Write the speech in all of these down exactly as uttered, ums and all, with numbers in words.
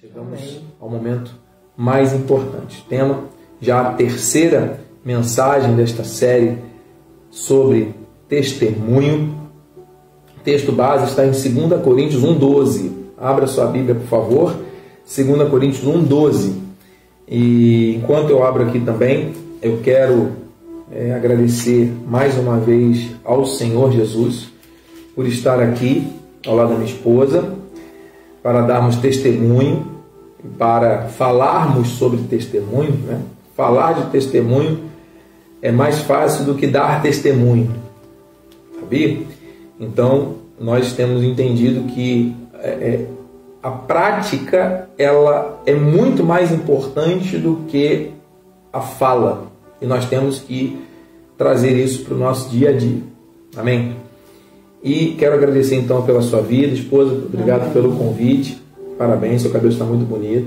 Chegamos Amém. Ao momento mais importante. Tema já a terceira mensagem desta série sobre testemunho. O texto base está em dois Coríntios um, doze. Abra sua Bíblia, por favor. dois Coríntios um, doze. E enquanto eu abro aqui também, eu quero é, agradecer mais uma vez ao Senhor Jesus por estar aqui ao lado da minha esposa, para darmos testemunho, para falarmos sobre testemunho, né? Falar de testemunho é mais fácil do que dar testemunho, sabia? Então, nós temos entendido que é, a prática ela é muito mais importante do que a fala, e nós temos que trazer isso para o nosso dia a dia. Amém? E quero agradecer então pela sua vida, esposa, obrigado Amém. Pelo convite. Parabéns, seu cabelo está muito bonito.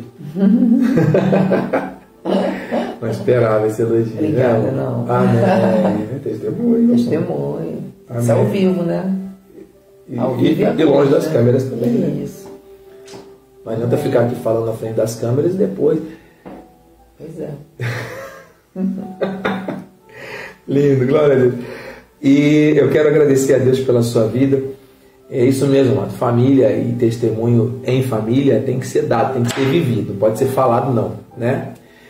Não esperava esse elogio. Obrigada, não. Amém. Testemunho. Testemunho. Isso é ao vivo, né? E, ao vivo e, e longe das né? câmeras também. Né? Isso. Não adianta ficar aqui falando na frente das câmeras e depois. Pois é. Lindo, glória a Deus. E eu quero agradecer a Deus pela sua vida. É isso mesmo, mano. Família e testemunho em família tem que ser dado, tem que ser vivido, não pode ser falado não, né?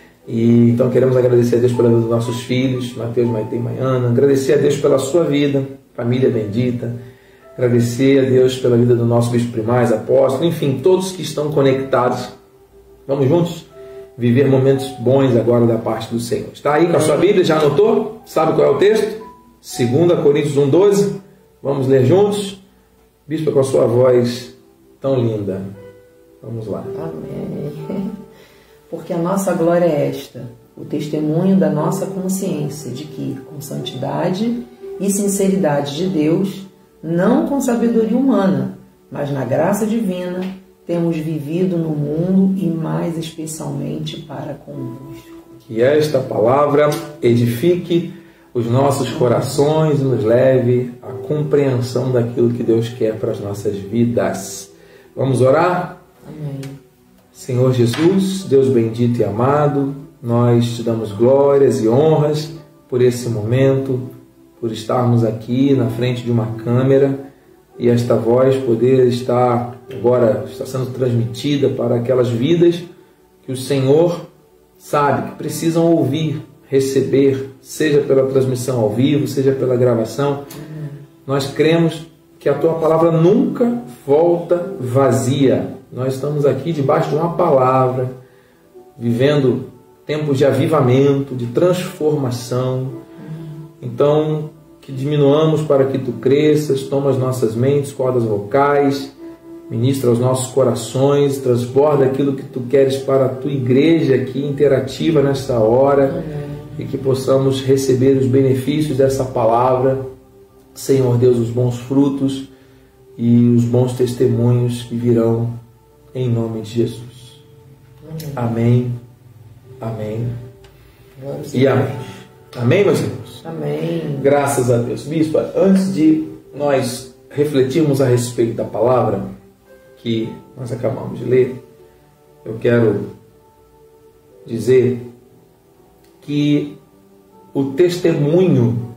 E então queremos agradecer a Deus pela vida dos nossos filhos, Mateus, Maite e Maiana, agradecer a Deus pela sua vida, família bendita, agradecer a Deus pela vida do nosso bispo primaz, apóstolo, enfim, todos que estão conectados. Vamos juntos viver momentos bons agora da parte do Senhor. Está aí com a sua Bíblia, já anotou? Sabe qual é o texto? dois Coríntios um, doze. Vamos ler juntos? Bispo, com a sua voz tão linda. Vamos lá. Amém. Porque a nossa glória é esta, o testemunho da nossa consciência de que, com santidade e sinceridade de Deus, não com sabedoria humana, mas na graça divina, temos vivido no mundo e mais especialmente para convosco. Que esta palavra edifique os nossos corações e nos leve à compreensão daquilo que Deus quer para as nossas vidas. Vamos orar? Amém. Senhor Jesus, Deus bendito e amado, nós te damos glórias e honras por esse momento, por estarmos aqui na frente de uma câmera e esta voz poder estar agora, está sendo transmitida para aquelas vidas que o Senhor sabe que precisam ouvir, receber, seja pela transmissão ao vivo, seja pela gravação. Uhum. Nós cremos que a tua palavra nunca volta vazia. Nós estamos aqui debaixo de uma palavra, vivendo tempos de avivamento, de transformação. Uhum. Então, que diminuamos para que tu cresças, toma as nossas mentes, cordas vocais, ministra aos nossos corações, transborda aquilo que tu queres para a tua igreja aqui interativa nessa hora. Uhum. E que possamos receber os benefícios dessa palavra, Senhor Deus, os bons frutos e os bons testemunhos que virão em nome de Jesus. Amém, amém, amém. E amém. Amém, meus irmãos? Amém. Graças a Deus. Bispo, antes de nós refletirmos a respeito da palavra que nós acabamos de ler, eu quero dizer que o testemunho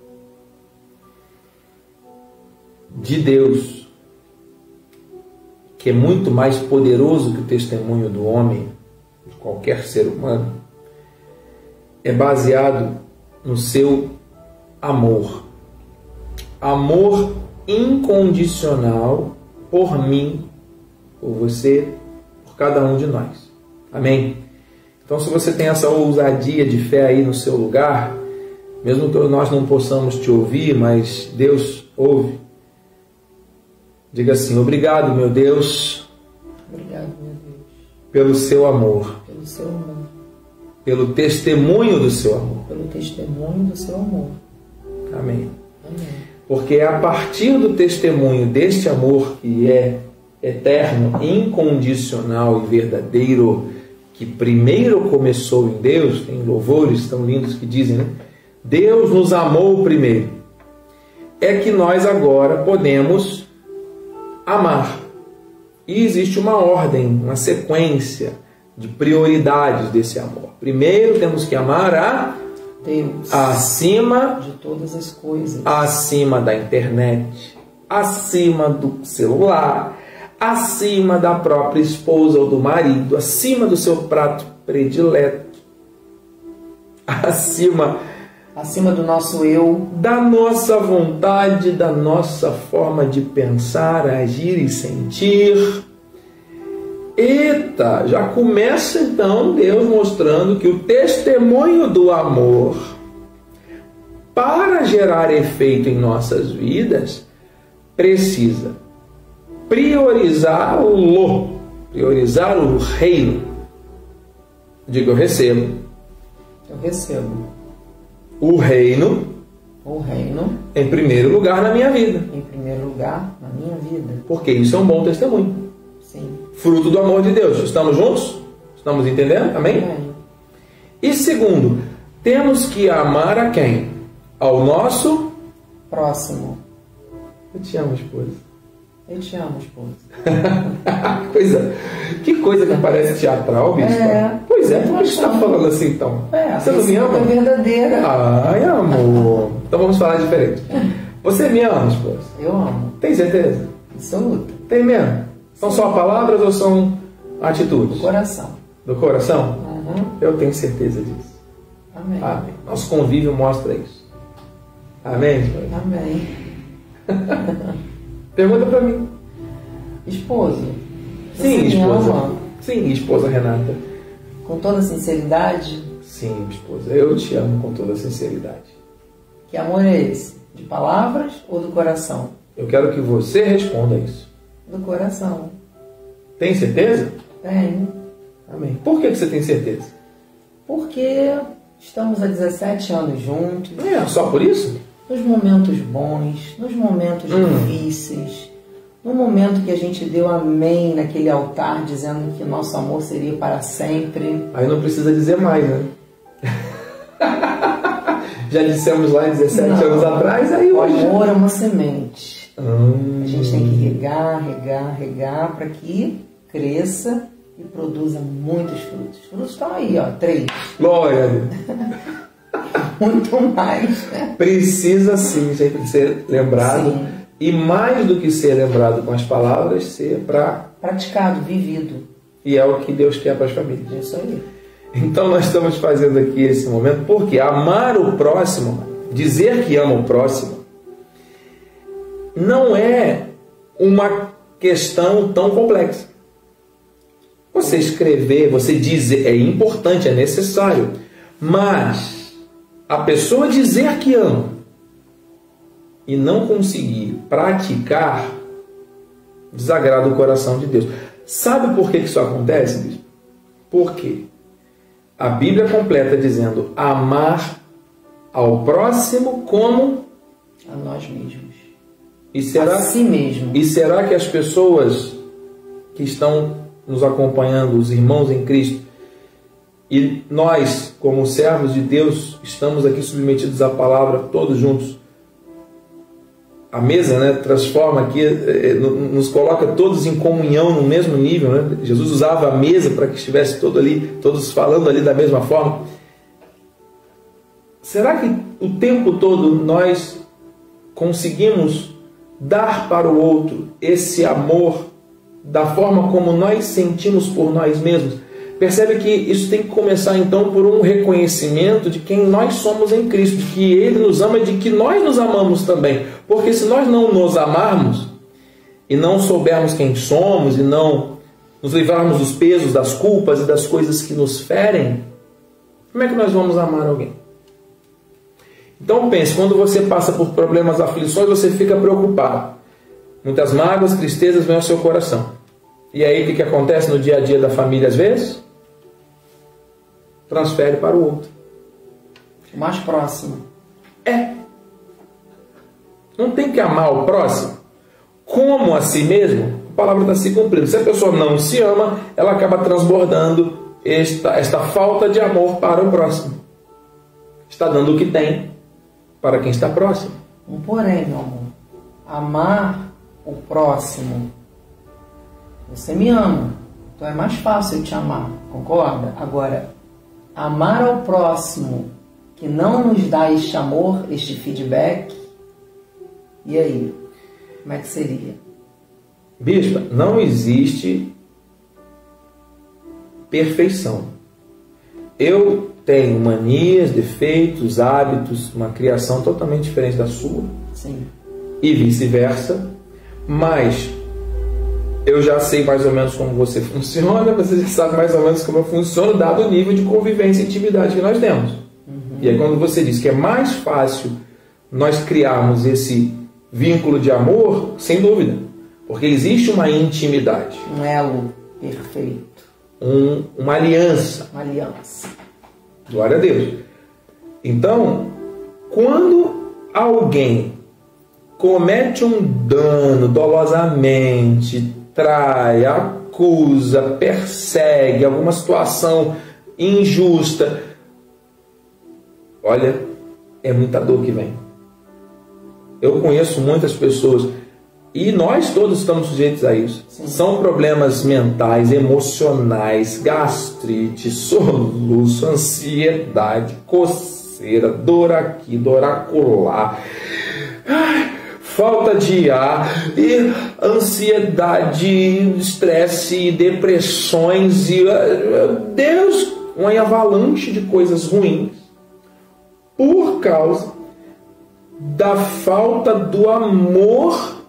de Deus, que é muito mais poderoso que o testemunho do homem, de qualquer ser humano, é baseado no seu amor. Amor incondicional por mim, por você, por cada um de nós. Amém? Então, se você tem essa ousadia de fé aí no seu lugar, mesmo que nós não possamos te ouvir, mas Deus ouve, diga assim: obrigado, meu Deus, obrigado, meu Deus, pelo seu amor, pelo seu amor, pelo testemunho do seu amor, pelo testemunho do seu amor. Amém. Amém. Porque é a partir do testemunho deste amor que é eterno, incondicional e verdadeiro, que primeiro começou em Deus, tem louvores tão lindos que dizem, né? Deus nos amou primeiro. É que nós agora podemos amar. E existe uma ordem, uma sequência de prioridades desse amor. Primeiro temos que amar a Deus acima de todas as coisas, acima da internet, acima do celular, acima da própria esposa ou do marido, acima do seu prato predileto, acima acima do nosso eu, da nossa vontade, da nossa forma de pensar, agir e sentir. Eita, já começa então Deus mostrando que o testemunho do amor, para gerar efeito em nossas vidas, precisa priorizar-lo, priorizar o reino. Diga, eu recebo. Eu recebo O reino, o reino em primeiro lugar na minha vida. em primeiro lugar na minha vida. Porque isso é um bom testemunho. Sim. Fruto do amor de Deus. Estamos juntos? Estamos entendendo? Amém? Amém. E segundo, temos que amar a quem? Ao nosso Próximo. Eu te amo, esposa. Eu te amo, esposa. coisa, que coisa que parece teatral, bispo. É. Pois é, por que você está falando assim então? É, Você não me ama? é verdadeira. Ai, amor. Então vamos falar diferente. Você me ama, esposa? Eu amo. Tem certeza? Absoluta. Tem mesmo? São só palavras ou são atitudes? Do coração. Do coração? Uhum. Eu tenho certeza disso. Amém. Amém. Nosso convívio mostra isso. Amém, esposa? Amém. Pergunta para mim. Esposo. Sim, você me esposa. ama? Sim, esposa Renata. Com toda sinceridade? Sim, esposa. Eu te amo com toda sinceridade. Que amor é esse? De palavras ou do coração? Eu quero que você responda isso. Do coração. Tem certeza? Tenho. Amém. Por que que você tem certeza? Porque estamos há dezessete anos juntos. É, só por isso? Nos momentos bons, nos momentos Hum. difíceis, no momento que a gente deu amém naquele altar, dizendo que nosso amor seria para sempre. Aí não precisa dizer mais, né? Já dissemos lá em dezessete Não. anos atrás, aí O hoje... amor é uma semente. Hum. A gente tem que regar, regar, regar para que cresça e produza muitos frutos. Os frutos estão aí, ó, três. Glória a Deus. Muito mais, né? Precisa sim sempre ser lembrado. Sim. E mais do que ser lembrado com as palavras, ser para... Praticado, vivido. E é o que Deus quer para as famílias. É isso aí. Então nós estamos fazendo aqui esse momento, porque amar o próximo, dizer que ama o próximo, não é uma questão tão complexa. Você escrever, você dizer, é importante, é necessário, mas a pessoa dizer que ama e não conseguir praticar, desagrada o coração de Deus. Sabe por que isso acontece, bispo? Por quê? A Bíblia completa dizendo amar ao próximo como A nós mesmos. e será, A si mesmo. e será que as pessoas que estão nos acompanhando, os irmãos em Cristo, e nós, como servos de Deus, estamos aqui submetidos à palavra todos juntos. A mesa, né, transforma aqui, nos coloca todos em comunhão no mesmo nível, né? Jesus usava a mesa para que estivesse todo ali, todos falando ali da mesma forma. Será que o tempo todo nós conseguimos dar para o outro esse amor da forma como nós sentimos por nós mesmos? Percebe que isso tem que começar então por um reconhecimento de quem nós somos em Cristo, de que Ele nos ama e de que nós nos amamos também. Porque se nós não nos amarmos e não soubermos quem somos e não nos livrarmos dos pesos, das culpas e das coisas que nos ferem, como é que nós vamos amar alguém? Então pense, quando você passa por problemas, aflições, você fica preocupado. Muitas mágoas, tristezas vêm ao seu coração. E aí o que, que acontece no dia a dia da família às vezes? Transfere para o outro. O mais próximo. É. Não tem que amar o próximo como a si mesmo. A palavra está se cumprindo. Se a pessoa não se ama, ela acaba transbordando esta, esta falta de amor para o próximo. Está dando o que tem para quem está próximo. Um porém, meu amor. Amar o próximo Você me ama, então é mais fácil eu te amar, concorda? Agora, amar ao próximo que não nos dá este amor, este feedback, e aí? Como é que seria? Bispa, não existe perfeição. Eu tenho manias, defeitos, hábitos, uma criação totalmente diferente da sua. Sim. E vice-versa. Mas eu já sei mais ou menos como você funciona, você já sabe mais ou menos como eu funciono, dado o nível de convivência e intimidade que nós temos. Uhum. E aí quando você diz que é mais fácil nós criarmos esse vínculo de amor, sem dúvida. Porque existe uma intimidade. Um elo perfeito. Um, uma aliança. Uma aliança. Glória a Deus. Então, quando alguém comete um dano dolosamente, trai, acusa, persegue, alguma situação injusta, olha, é muita dor que vem. Eu conheço muitas pessoas, e nós todos estamos sujeitos a isso. Sim. São problemas mentais, emocionais, gastrite, soluço, ansiedade, coceira, dor aqui, dor acolá, falta de ar, e ansiedade, estresse, depressões, e Deus, uma avalanche de coisas ruins por causa da falta do amor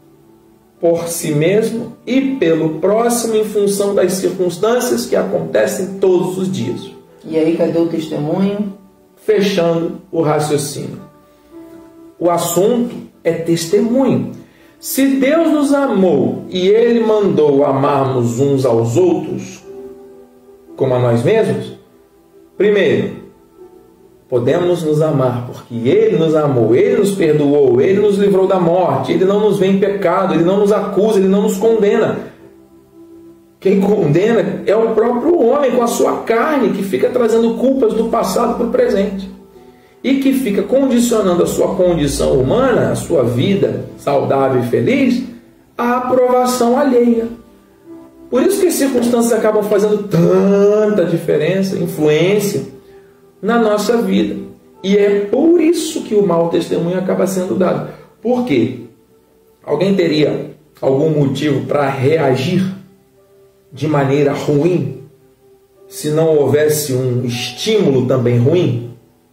por si mesmo e pelo próximo em função das circunstâncias que acontecem todos os dias. E aí, cadê o testemunho? Fechando o raciocínio. O assunto é testemunho. Se Deus nos amou e Ele mandou amarmos uns aos outros como a nós mesmos, primeiro, podemos nos amar, porque Ele nos amou, Ele nos perdoou, Ele nos livrou da morte, Ele não nos vê em pecado, Ele não nos acusa, Ele não nos condena. Quem condena é o próprio homem com a sua carne, que fica trazendo culpas do passado para o presente. E que fica condicionando a sua condição humana, a sua vida saudável e feliz, à aprovação alheia. Por isso que as circunstâncias acabam fazendo tanta diferença, influência na nossa vida. E é por isso que o mau testemunho acaba sendo dado. Por quê? Alguém teria algum motivo para reagir de maneira ruim se não houvesse um estímulo também ruim?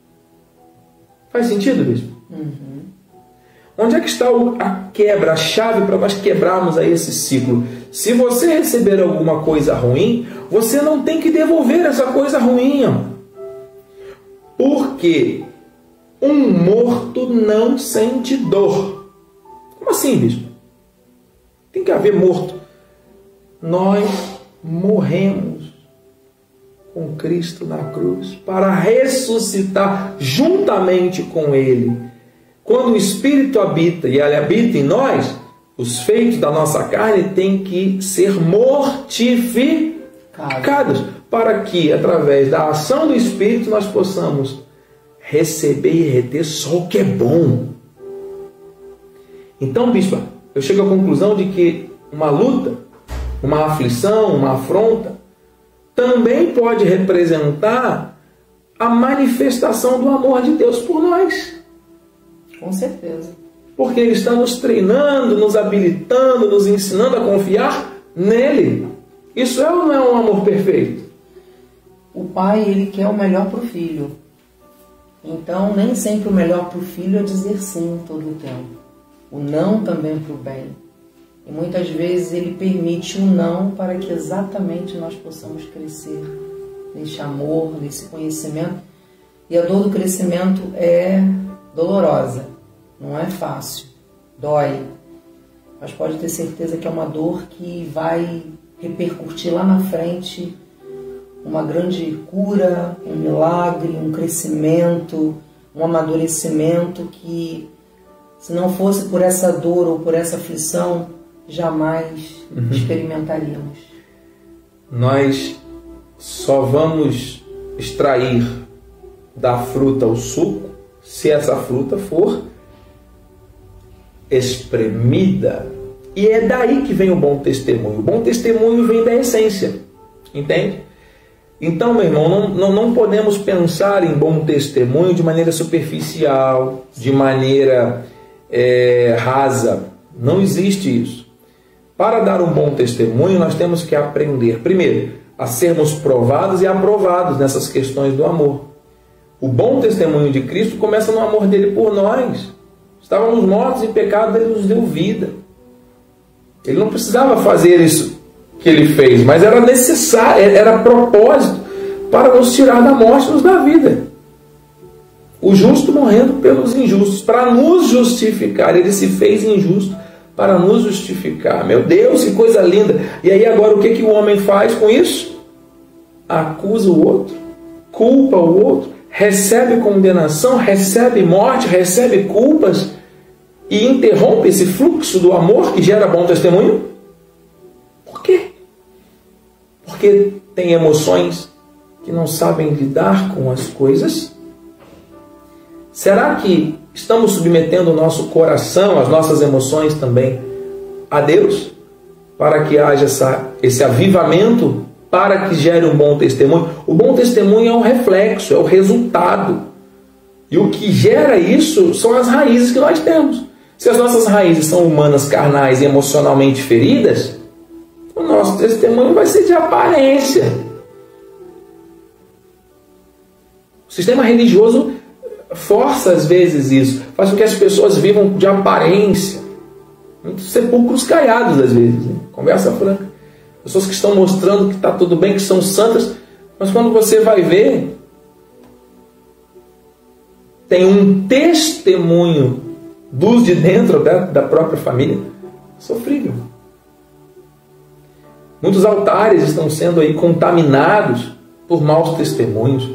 Faz sentido, bispo? Uhum. Onde é que está a quebra, a chave para nós quebrarmos aí esse ciclo? Se você receber alguma coisa ruim, você não tem que devolver essa coisa ruim, amor. Porque um morto não sente dor. Como assim, bispo? Tem que haver morto. Nós morremos com Cristo na cruz para ressuscitar juntamente com Ele. Quando o Espírito habita e Ele habita em nós, os feitos da nossa carne têm que ser mortificados, para que, através da ação do Espírito, nós possamos receber e reter só o que é bom. Então, bispo, eu chego à conclusão de que uma luta, uma aflição, uma afronta, também pode representar a manifestação do amor de Deus por nós. Com certeza. Porque Ele está nos treinando, nos habilitando, nos ensinando a confiar nele. Isso é ou não é um amor perfeito? O pai, ele quer o melhor para o filho. Então, nem sempre o melhor para o filho é dizer sim todo o tempo. O não também para o bem. E muitas vezes ele permite o não para que exatamente nós possamos crescer nesse amor, nesse conhecimento. E a dor do crescimento é dolorosa, não é fácil, dói. Mas pode ter certeza que é uma dor que vai repercutir lá na frente uma grande cura, um milagre, um crescimento, um amadurecimento que, se não fosse por essa dor ou por essa aflição, jamais uhum. experimentaríamos. Nós só vamos extrair da fruta o suco se essa fruta for espremida, E é daí que vem o bom testemunho. O bom testemunho vem da essência, entende? Então, meu irmão, não, não, não podemos pensar em bom testemunho de maneira superficial, de maneira é, rasa. Não existe isso. Para dar um bom testemunho, nós temos que aprender, primeiro, a sermos provados e aprovados nessas questões do amor. O bom testemunho de Cristo começa no amor dele por nós. Estávamos mortos em pecado, ele nos deu vida. Ele não precisava fazer isso que ele fez, mas era necessário, era propósito para nos tirar da morte e nos dar vida. O justo morrendo pelos injustos, para nos justificar. Ele se fez injusto para nos justificar. Meu Deus, que coisa linda! E aí agora o que, que o homem faz com isso? Acusa o outro, culpa o outro, recebe condenação, recebe morte, recebe culpas e interrompe esse fluxo do amor que gera bom testemunho? Por quê? Porque tem emoções que não sabem lidar com as coisas? Será que estamos submetendo o nosso coração, as nossas emoções também a Deus? Para que haja essa, esse avivamento, para que gere um bom testemunho. O bom testemunho é um reflexo, é o resultado. E o que gera isso são as raízes que nós temos. Se as nossas raízes são humanas, carnais e emocionalmente feridas, o nosso testemunho vai ser de aparência. O sistema religioso força às vezes isso, faz com que as pessoas vivam de aparência, muitos sepulcros caiados às vezes, né? Conversa franca, pessoas que estão mostrando que está tudo bem, que são santas, mas quando você vai ver, tem um testemunho dos de dentro da, da própria família sofrível. Muitos altares estão sendo aí contaminados por maus testemunhos.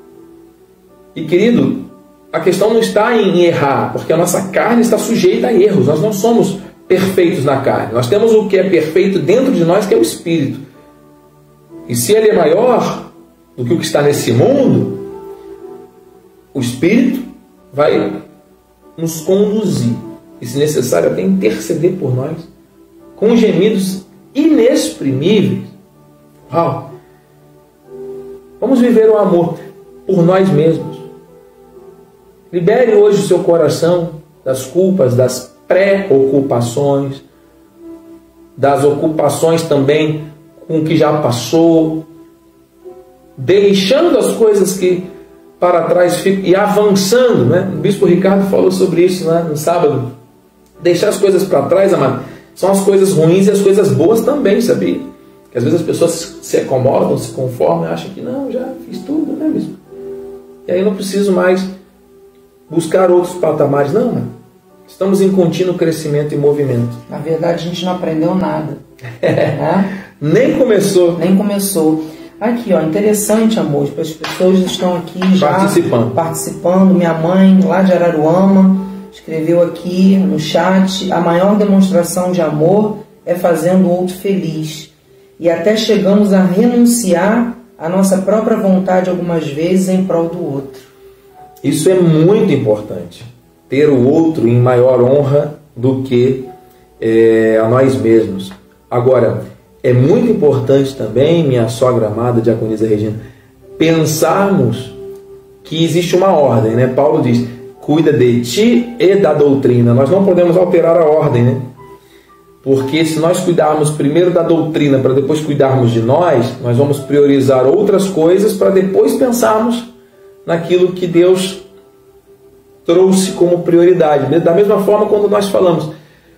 E querido, a questão não está em errar, porque a nossa carne está sujeita a erros. Nós não somos perfeitos na carne. Nós temos o que é perfeito dentro de nós, que é o Espírito. E se ele é maior do que o que está nesse mundo, o Espírito vai nos conduzir. E, se necessário, até interceder por nós, com gemidos inexprimíveis. Uau! Vamos viver o amor por nós mesmos. Libere hoje o seu coração das culpas, das pré-ocupações, das ocupações também com o que já passou, deixando as coisas que para trás ficam e avançando, né? O Bispo Ricardo falou sobre isso, né, no sábado. Deixar as coisas para trás, amado, são as coisas ruins e as coisas boas também, sabia? Que às vezes as pessoas se acomodam, se conformam e acham que não, já fiz tudo, né, Bispo? E aí não preciso mais buscar outros patamares. Não, mano. Estamos em contínuo crescimento e movimento. Na verdade, a gente não aprendeu nada. Né? Nem começou. Nem começou. Aqui, ó, interessante, amor. As pessoas estão aqui já participando. participando. Minha mãe, lá de Araruama, escreveu aqui no chat: a maior demonstração de amor é fazendo o outro feliz. E até chegamos a renunciar à nossa própria vontade algumas vezes em prol do outro. Isso é muito importante. Ter o outro em maior honra do que é, a nós mesmos. Agora, é muito importante também, minha sogra amada, diaconisa Regina, pensarmos que existe uma ordem, né? Paulo diz, cuida de ti e da doutrina. Nós não podemos alterar a ordem, né? Porque se nós cuidarmos primeiro da doutrina para depois cuidarmos de nós, nós vamos priorizar outras coisas para depois pensarmos naquilo que Deus trouxe como prioridade. Da mesma forma, quando nós falamos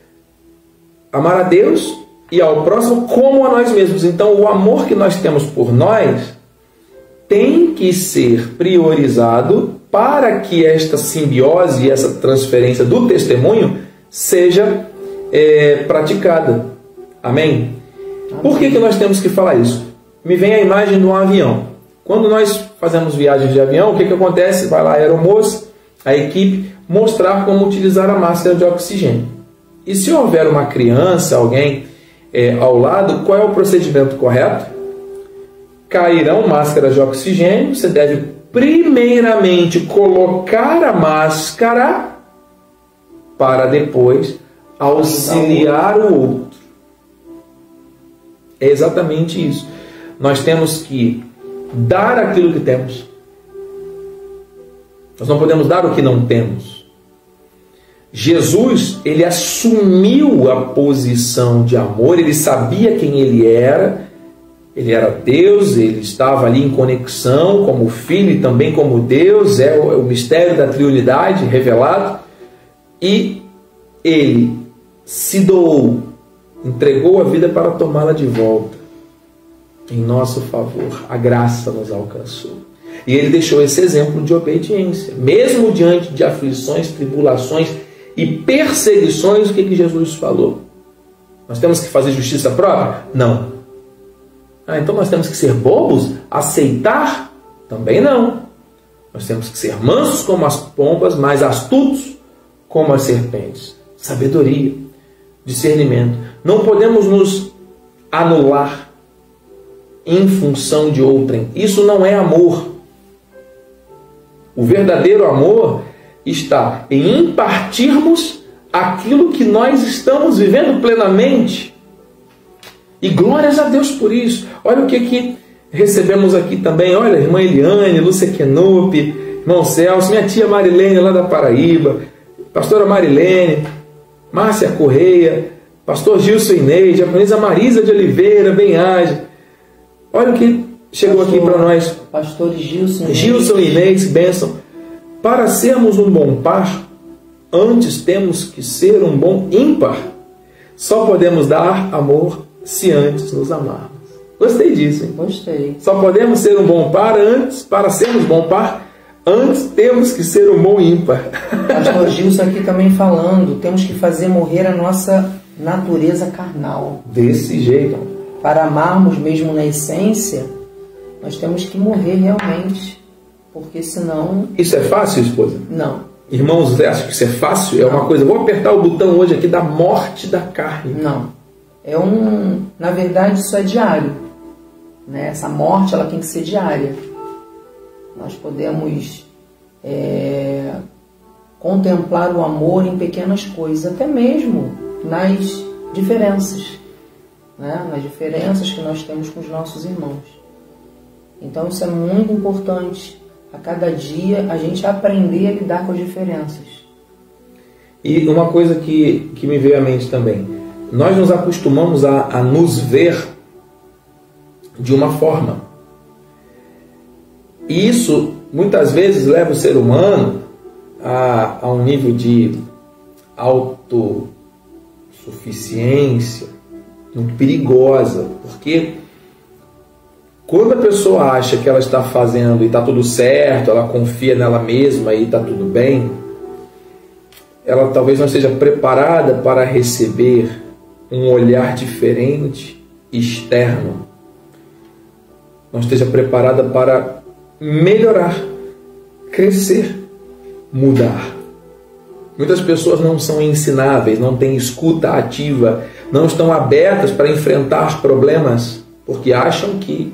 amar a Deus e ao próximo como a nós mesmos. Então, o amor que nós temos por nós tem que ser priorizado para que esta simbiose e essa transferência do testemunho seja é, praticada. Amém? Amém? Por que, que nós temos que falar isso? Me vem a imagem de um avião. Quando nós fazemos viagens de avião, o que, que acontece? Vai lá a aeromoça, a equipe, mostrar como utilizar a máscara de oxigênio. E se houver uma criança, alguém é, ao lado, qual é o procedimento correto? Cairão máscaras de oxigênio, você deve primeiramente colocar a máscara para depois auxiliar o outro. É exatamente isso. Nós temos que dar aquilo que temos. Nós não podemos dar o que não temos. Jesus, ele assumiu a posição de amor, ele sabia quem ele era, ele era Deus, ele estava ali em conexão como Filho e também como Deus, é o, é o mistério da triunidade revelado, e ele se doou, entregou a vida para tomá-la de volta. Em nosso favor, a graça nos alcançou. E ele deixou esse exemplo de obediência. Mesmo diante de aflições, tribulações e perseguições, o que, que Jesus falou? Nós temos que fazer justiça própria? Não. Ah, então nós temos que ser bobos? Aceitar? Também não. Nós temos que ser mansos como as pombas, mas astutos como as serpentes. Sabedoria, discernimento. Não podemos nos anular em função de outrem. Isso não é amor. O verdadeiro amor está em impartirmos aquilo que nós estamos vivendo plenamente. E glórias a Deus por isso. Olha o que, que recebemos aqui também. Olha, irmã Eliane, Lúcia Kenupe, irmão Celso, minha tia Marilene lá da Paraíba, pastora Marilene, Márcia Correia, pastor Gilson Inês, diaconisa Marisa de Oliveira, bem-aja. Olha o que chegou pastor, aqui para nós. Pastor Gilson Inês. Gilson Inês, bênção. Para sermos um bom par, antes temos que ser um bom ímpar. Só podemos dar amor se antes nos amarmos. Gostei disso, hein? Gostei. Só podemos ser um bom par antes, para sermos bom par, antes temos que ser um bom ímpar. Pastor Gilson aqui também falando, temos que fazer morrer a nossa natureza carnal. Desse jeito. Para amarmos mesmo na essência, nós temos que morrer realmente. Porque senão... Isso é fácil, esposa? Não. Irmãos, você acha que isso é fácil? É uma coisa... Vou apertar o botão hoje aqui da morte da carne. Não. É um... Na verdade, isso é diário. Né? Essa morte, ela tem que ser diária. Nós podemos é, contemplar o amor em pequenas coisas, até mesmo nas diferenças. Né? Nas diferenças que nós temos com os nossos irmãos. Então isso é muito importante. A cada dia a gente aprender a lidar com as diferenças. E uma coisa que, que me veio à mente também. Nós nos acostumamos a, a nos ver de uma forma. E isso muitas vezes leva o ser humano a, a um nível de autossuficiência muito perigosa. Porque quando a pessoa acha que ela está fazendo e está tudo certo, ela confia nela mesma e está tudo bem, ela talvez não esteja preparada para receber um olhar diferente, externo. Não esteja preparada para melhorar, crescer, mudar. Muitas pessoas não são ensináveis, não têm escuta ativa, não estão abertas para enfrentar problemas, porque acham que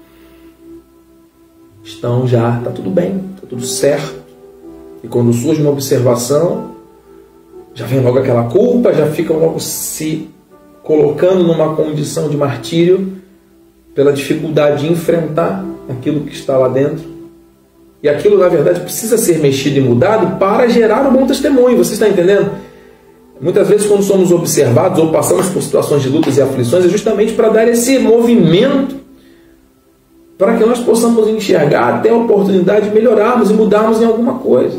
estão já, está tudo bem, está tudo certo. E quando surge uma observação, já vem logo aquela culpa, já ficam logo se colocando numa condição de martírio pela dificuldade de enfrentar aquilo que está lá dentro. E aquilo, na verdade, precisa ser mexido e mudado para gerar um bom testemunho. Você está entendendo? Muitas vezes, quando somos observados ou passamos por situações de lutas e aflições, é justamente para dar esse movimento para que nós possamos enxergar até a oportunidade de melhorarmos e mudarmos em alguma coisa.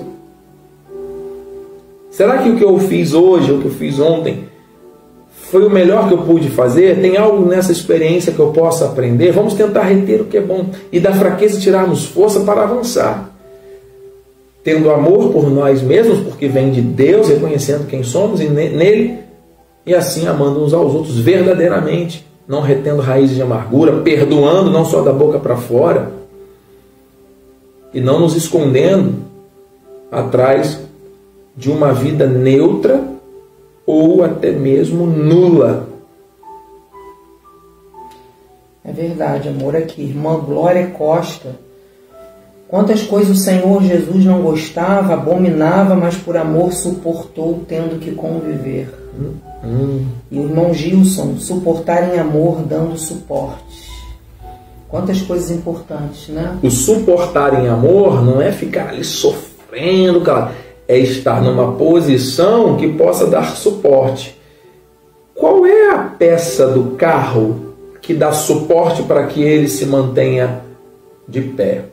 Será que o que eu fiz hoje, o que eu fiz ontem, foi o melhor que eu pude fazer? Tem algo nessa experiência que eu possa aprender? Vamos tentar reter o que é bom e da fraqueza tirarmos força para avançar. Tendo amor por nós mesmos, porque vem de Deus, reconhecendo quem somos e nele, e assim amando uns aos outros verdadeiramente, não retendo raízes de amargura, perdoando não só da boca para fora, e não nos escondendo atrás de uma vida neutra ou até mesmo nula. É verdade, amor. Aqui, irmã Glória Costa, Quantas coisas o Senhor Jesus não gostava, abominava, mas por amor suportou, tendo que conviver. Hum, hum. E o irmão Gilson, suportar em amor, dando suporte. Quantas coisas importantes, né? O suportar em amor não é ficar ali sofrendo, cara. É estar numa posição que possa dar suporte. Qual é a peça do carro que dá suporte para que ele se mantenha de pé?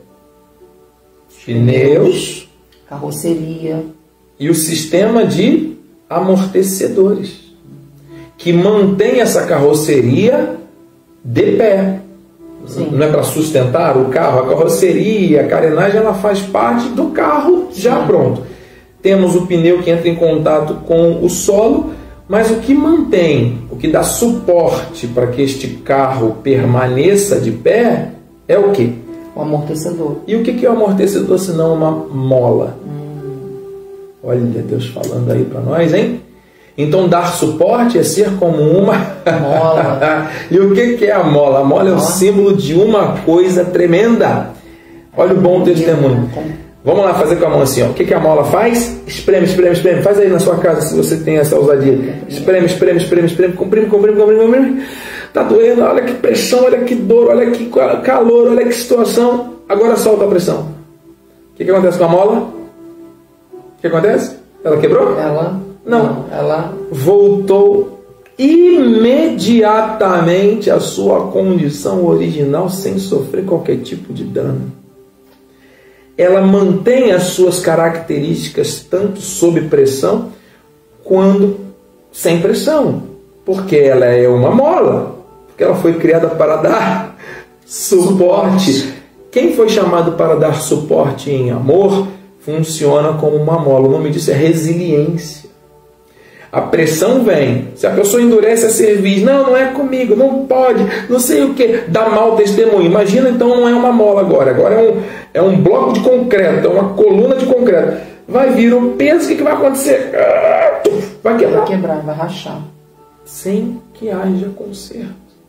Pneus, carroceria e o sistema de amortecedores, que mantém essa carroceria de pé. Sim. Não é para sustentar o carro, a carroceria, a carenagem, ela faz parte do carro já Sim. pronto. Temos o pneu que entra em contato com o solo, mas o que mantém, o que dá suporte para que este carro permaneça de pé é o quê? O amortecedor. E o que é o amortecedor senão uma mola? Hum. Olha Deus falando aí para nós, hein? Então dar suporte é ser como uma mola. E o que é a mola? A mola é o símbolo de uma coisa tremenda. Olha o bom testemunho. Vamos lá fazer com a mão assim, ó. O que a mola faz? Espreme, espreme, espreme. Faz aí na sua casa se você tem essa ousadia. Espreme, espreme, espreme, espreme. Comprime, comprime, comprime, comprime. Tá doendo, olha que pressão, olha que dor, olha que calor, olha que situação. Agora solta a pressão. O que, que acontece com a mola? O que acontece? Ela quebrou? Ela não. não. Ela voltou imediatamente à sua condição original sem sofrer qualquer tipo de dano. Ela mantém as suas características tanto sob pressão quanto sem pressão, porque ela é uma mola, porque ela foi criada para dar suporte. suporte. Quem foi chamado para dar suporte em amor funciona como uma mola. O nome disso é resiliência. A pressão vem. Se a pessoa endurece a cerviz, não, não é comigo, não pode, não sei o que, dá mau testemunho. Imagina então, não é uma mola agora, agora é um, é um bloco de concreto, é uma coluna de concreto. Vai vir um peso, o que, que vai acontecer? Vai quebrar. Vai quebrar, vai rachar. Sem que haja conserto.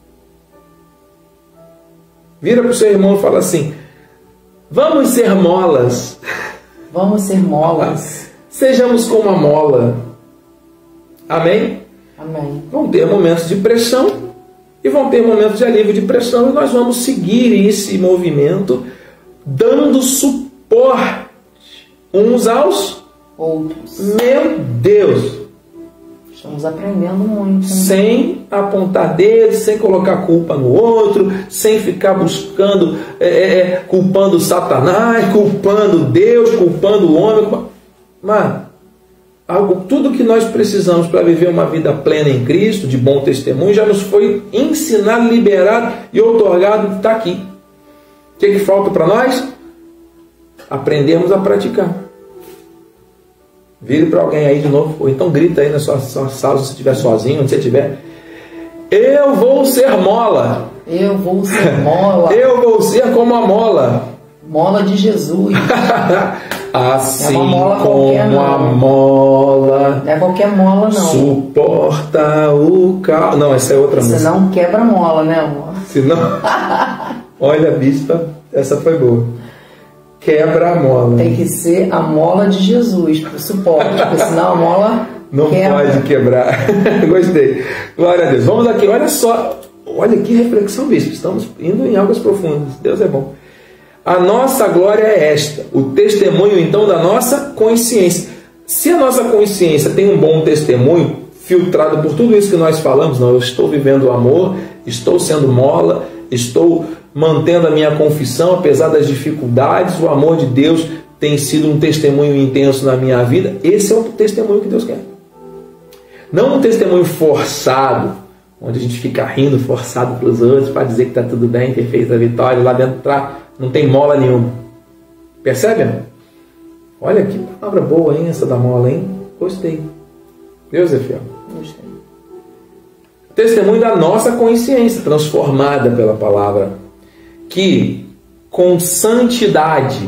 Vira para o seu irmão e fala assim: vamos ser molas. Vamos ser molas. Sejamos como a mola. Amém? Amém. Vão ter momentos de pressão e vão ter momentos de alívio de pressão, e nós vamos seguir esse movimento dando suporte uns aos outros. Meu Deus! Estamos aprendendo muito. Hein? Sem apontar dedos, sem colocar culpa no outro, sem ficar buscando, é, é, culpando Satanás, culpando Deus, culpando o homem. Mano, algo, tudo que nós precisamos para viver uma vida plena em Cristo, de bom testemunho, já nos foi ensinado, liberado e outorgado, está aqui. O que, que falta para nós? Aprendermos a praticar. Vire para alguém aí de novo, ou então grita aí na sua, sua sala, se você estiver sozinho, onde você estiver: eu vou ser mola. Eu vou ser mola. Eu vou ser como a mola. Mola de Jesus. Assim é uma mola como qualquer, não. a mola. Não é qualquer mola, não. Suporta o carro. Não, essa é outra música. Senão quebra a mola, né, amor? Senão... Olha, bispa, essa foi boa. Quebra a mola. Tem que ser a mola de Jesus para o suporte, porque senão a mola não quebra. Pode quebrar. Gostei. Glória a Deus. Vamos aqui, olha só. Olha que reflexão, bispo. Estamos indo em águas profundas. Deus é bom. A nossa glória é esta. O testemunho, então, da nossa consciência. Se a nossa consciência tem um bom testemunho, filtrado por tudo isso que nós falamos, não, eu estou vivendo o amor, estou sendo mola, estou mantendo a minha confissão, apesar das dificuldades, o amor de Deus tem sido um testemunho intenso na minha vida. Esse é o testemunho que Deus quer. Não um testemunho forçado, onde a gente fica rindo forçado para os outros, para dizer que está tudo bem, ter feito a vitória, lá dentro tá, não tem mola nenhuma. Percebe? Olha que palavra boa, hein, essa da mola, hein? Gostei. Deus é fiel. Gostei. Testemunho da nossa consciência, transformada pela palavra, que com santidade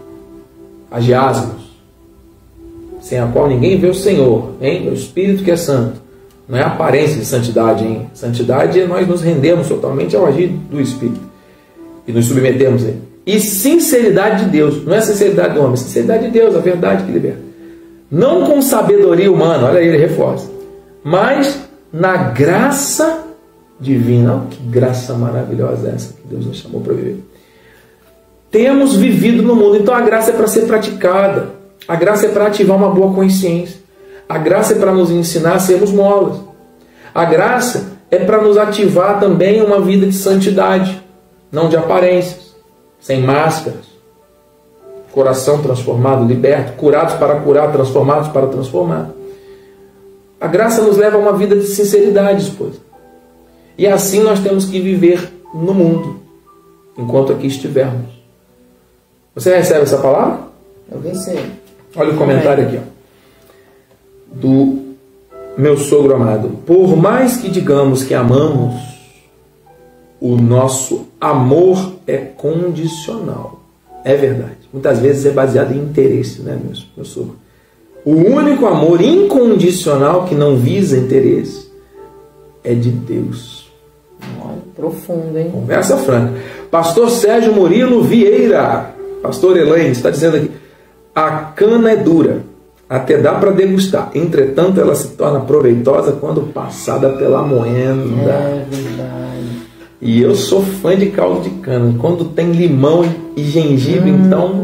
agiásemos, sem a qual ninguém vê o Senhor, hein? O Espírito que é santo. Não é a aparência de santidade, hein? Santidade é nós nos rendemos totalmente ao agir do Espírito e nos submetemos a ele. e sinceridade de Deus. Não é sinceridade do homem, é sinceridade de Deus, a verdade que liberta. Não com sabedoria humana, olha aí, ele reforça, mas na graça divina. Oh, que graça maravilhosa é essa que Deus nos chamou para viver. Temos vivido no mundo, então a graça é para ser praticada. A graça é para ativar uma boa consciência. A graça é para nos ensinar a sermos molas. A graça é para nos ativar também uma vida de santidade, não de aparências, sem máscaras. Coração transformado, liberto, curados para curar, transformados para transformar. A graça nos leva a uma vida de sinceridade, esposa. E assim nós temos que viver no mundo, enquanto aqui estivermos. Você recebe essa palavra? Eu recebo. Olha o comentário aqui, ó, do meu sogro amado. Por mais que digamos que amamos, o nosso amor é condicional. É verdade. Muitas vezes é baseado em interesse, né, meu, meu sogro? O único amor incondicional que não visa interesse é de Deus. Olha, profundo, hein? Conversa franca. Pastor Sérgio Murilo Vieira, pastor Elaine, está dizendo aqui: a cana é dura, até dá para degustar. Entretanto, ela se torna proveitosa quando passada pela moenda. É verdade. E eu sou fã de caldo de cana. Quando tem limão e gengibre, hum. então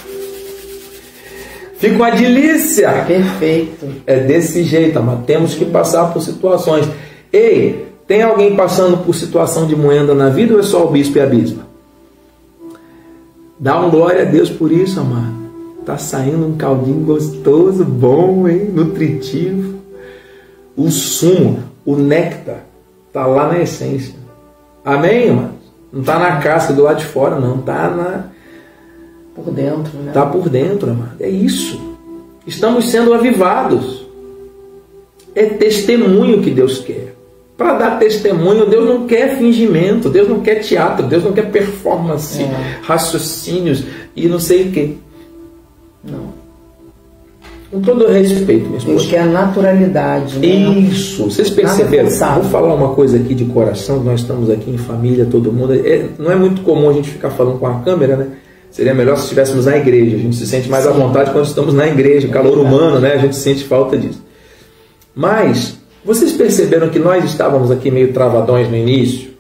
fica uma delícia. Perfeito. É desse jeito, amado. Temos que passar por situações. Ei, tem alguém passando por situação de moenda na vida ou é só o bispo e a bispa? Dá um glória a Deus por isso, amado. Tá saindo um caldinho gostoso, bom, hein? Nutritivo. O sumo, o néctar, tá lá na essência. Amém, irmãos? Não tá na casca do lado de fora, não. Tá na... por dentro, né? Tá por dentro, amado. É isso. Estamos sendo avivados. É testemunho que Deus quer. Para dar testemunho, Deus não quer fingimento, Deus não quer teatro, Deus não quer performance, é. raciocínios e não sei o quê. Não. Com todo respeito, minha esposa. Deus quer a naturalidade. Né? Isso. Vocês perceberam? Vou falar uma coisa aqui de coração. Nós estamos aqui em família, todo mundo. É, não é muito comum a gente ficar falando com a câmera, né? Seria melhor se estivéssemos na igreja. A gente se sente mais Sim. à vontade quando estamos na igreja. O calor humano, né? A gente sente falta disso. Mas vocês perceberam que nós estávamos aqui meio travadões no início?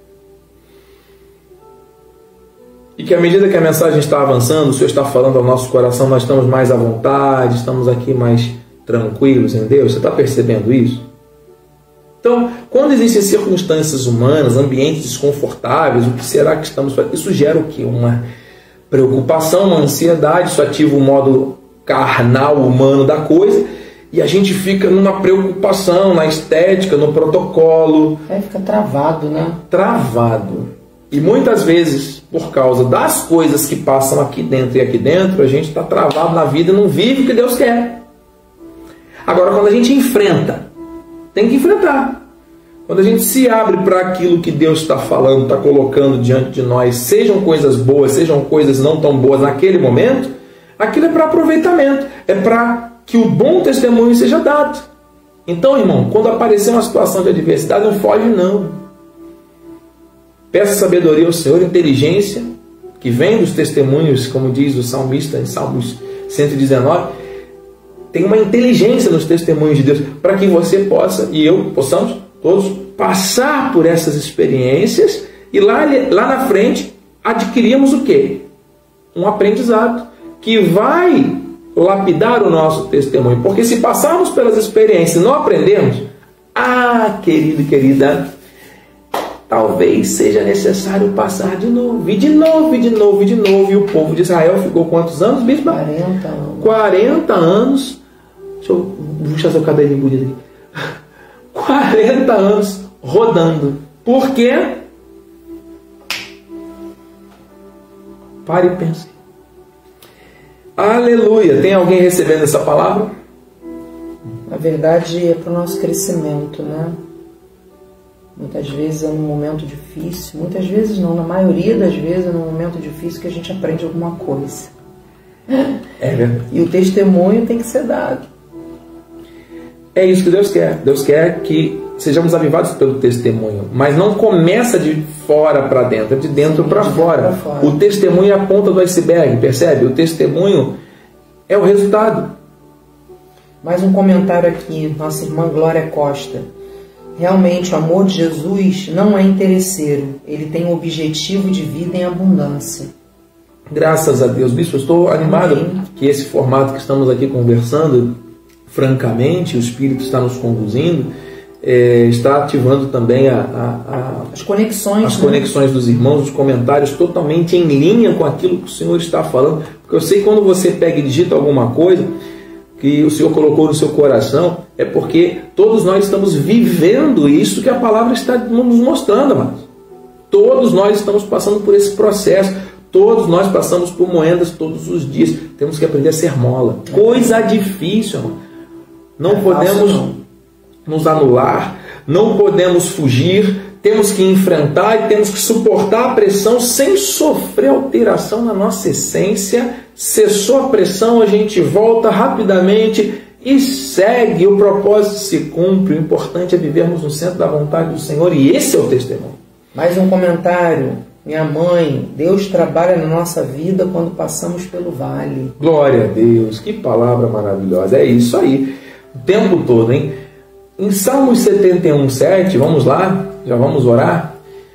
E que à medida que a mensagem está avançando, o Senhor está falando ao nosso coração, nós estamos mais à vontade, estamos aqui mais tranquilos em Deus. Você está percebendo isso? Então, quando existem circunstâncias humanas, ambientes desconfortáveis, o que será que estamos fazendo? Isso gera o quê? Uma preocupação, uma ansiedade, isso ativa o modo carnal, humano da coisa, e a gente fica numa preocupação na estética, no protocolo. É, fica travado, né? Travado. E muitas vezes, por causa das coisas que passam aqui dentro e aqui dentro, a gente está travado na vida e não vive o que Deus quer. Agora, quando a gente enfrenta, tem que enfrentar. Quando a gente se abre para aquilo que Deus está falando, está colocando diante de nós, sejam coisas boas, sejam coisas não tão boas naquele momento, aquilo é para aproveitamento, é para que o bom testemunho seja dado. Então, irmão, quando aparecer uma situação de adversidade, não foge não. Peça sabedoria ao Senhor, inteligência, que vem dos testemunhos, como diz o salmista em Salmos cento e dezenove. Tem uma inteligência nos testemunhos de Deus, para que você possa, e eu, possamos todos, passar por essas experiências e lá, lá na frente adquirimos o quê? Um aprendizado que vai lapidar o nosso testemunho. Porque se passarmos pelas experiências e não aprendermos, ah, querido e querida, talvez seja necessário passar de novo, e de novo, e de novo, e de novo. E o povo de Israel ficou quantos anos, bispo? quarenta anos. quarenta anos. Deixa eu puxar seu caderninho bonito aqui. quarenta anos rodando. Por quê? Pare e pense. Aleluia. Tem alguém recebendo essa palavra? Na verdade, é para o nosso crescimento, né? Muitas vezes é num momento difícil, muitas vezes não, na maioria das vezes é num momento difícil que a gente aprende alguma coisa. É verdade. E o testemunho tem que ser dado. É isso que Deus quer. Deus quer que sejamos avivados pelo testemunho, mas não começa de fora para dentro, é de dentro para fora. fora. O testemunho é a ponta do iceberg, percebe? O testemunho é o resultado. Mais um comentário aqui, nossa irmã Glória Costa. Realmente, o amor de Jesus não é interesseiro, ele tem o objetivo de vida em abundância. Graças a Deus, bispo, eu estou animado Amém. Que esse formato que estamos aqui conversando, francamente, o Espírito está nos conduzindo, é, está ativando também a, a, a, as conexões, as né? conexões dos irmãos, os comentários totalmente em linha com aquilo que o Senhor está falando, porque eu sei que quando você pega e digita alguma coisa que o Senhor colocou no seu coração, é porque todos nós estamos vivendo isso que a palavra está nos mostrando, amados. Todos nós estamos passando por esse processo, todos nós passamos por moedas todos os dias. Temos que aprender a ser mola. Coisa difícil, amado. Não é podemos fácil, não. nos anular, não podemos fugir, temos que enfrentar e temos que suportar a pressão sem sofrer alteração na nossa essência. Cessou a pressão, a gente volta rapidamente e segue, o propósito se cumpre. O importante é vivermos no centro da vontade do Senhor, e esse é o testemunho. Mais um comentário. Minha mãe, Deus trabalha na nossa vida quando passamos pelo vale. Glória a Deus, que palavra maravilhosa. É isso aí, o tempo todo, hein? Em Salmos setenta e um, sete, vamos lá, já vamos orar.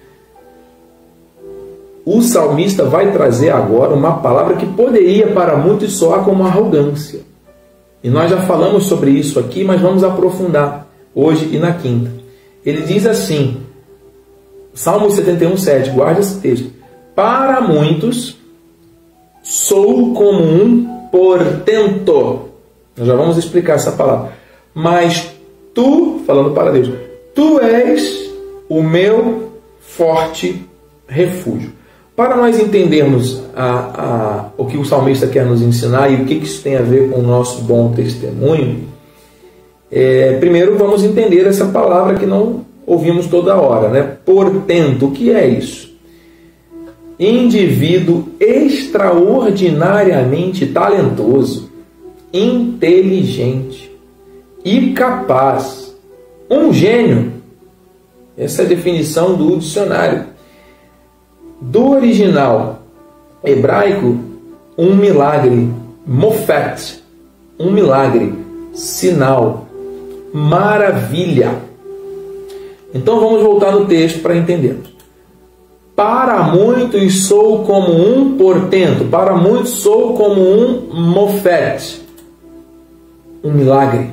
O salmista vai trazer agora uma palavra que poderia para muitos soar como arrogância. E nós já falamos sobre isso aqui, mas vamos aprofundar hoje e na quinta. Ele diz assim, Salmo setenta e um, sete, guarda esse texto. Para muitos sou como um portento. Nós já vamos explicar essa palavra. Mas tu, falando para Deus, tu és o meu forte refúgio. Para nós entendermos a, a, o que o salmista quer nos ensinar e o que isso tem a ver com o nosso bom testemunho, é, primeiro vamos entender essa palavra que não ouvimos toda hora, né? Portento, o que é isso? Indivíduo extraordinariamente talentoso, inteligente e capaz. Um gênio. Essa é a definição do dicionário. Do original hebraico, um milagre, mofet, um milagre, sinal, maravilha. Então vamos voltar no texto para entendermos. Para muitos sou como um portento, para muitos sou como um mofet, um milagre.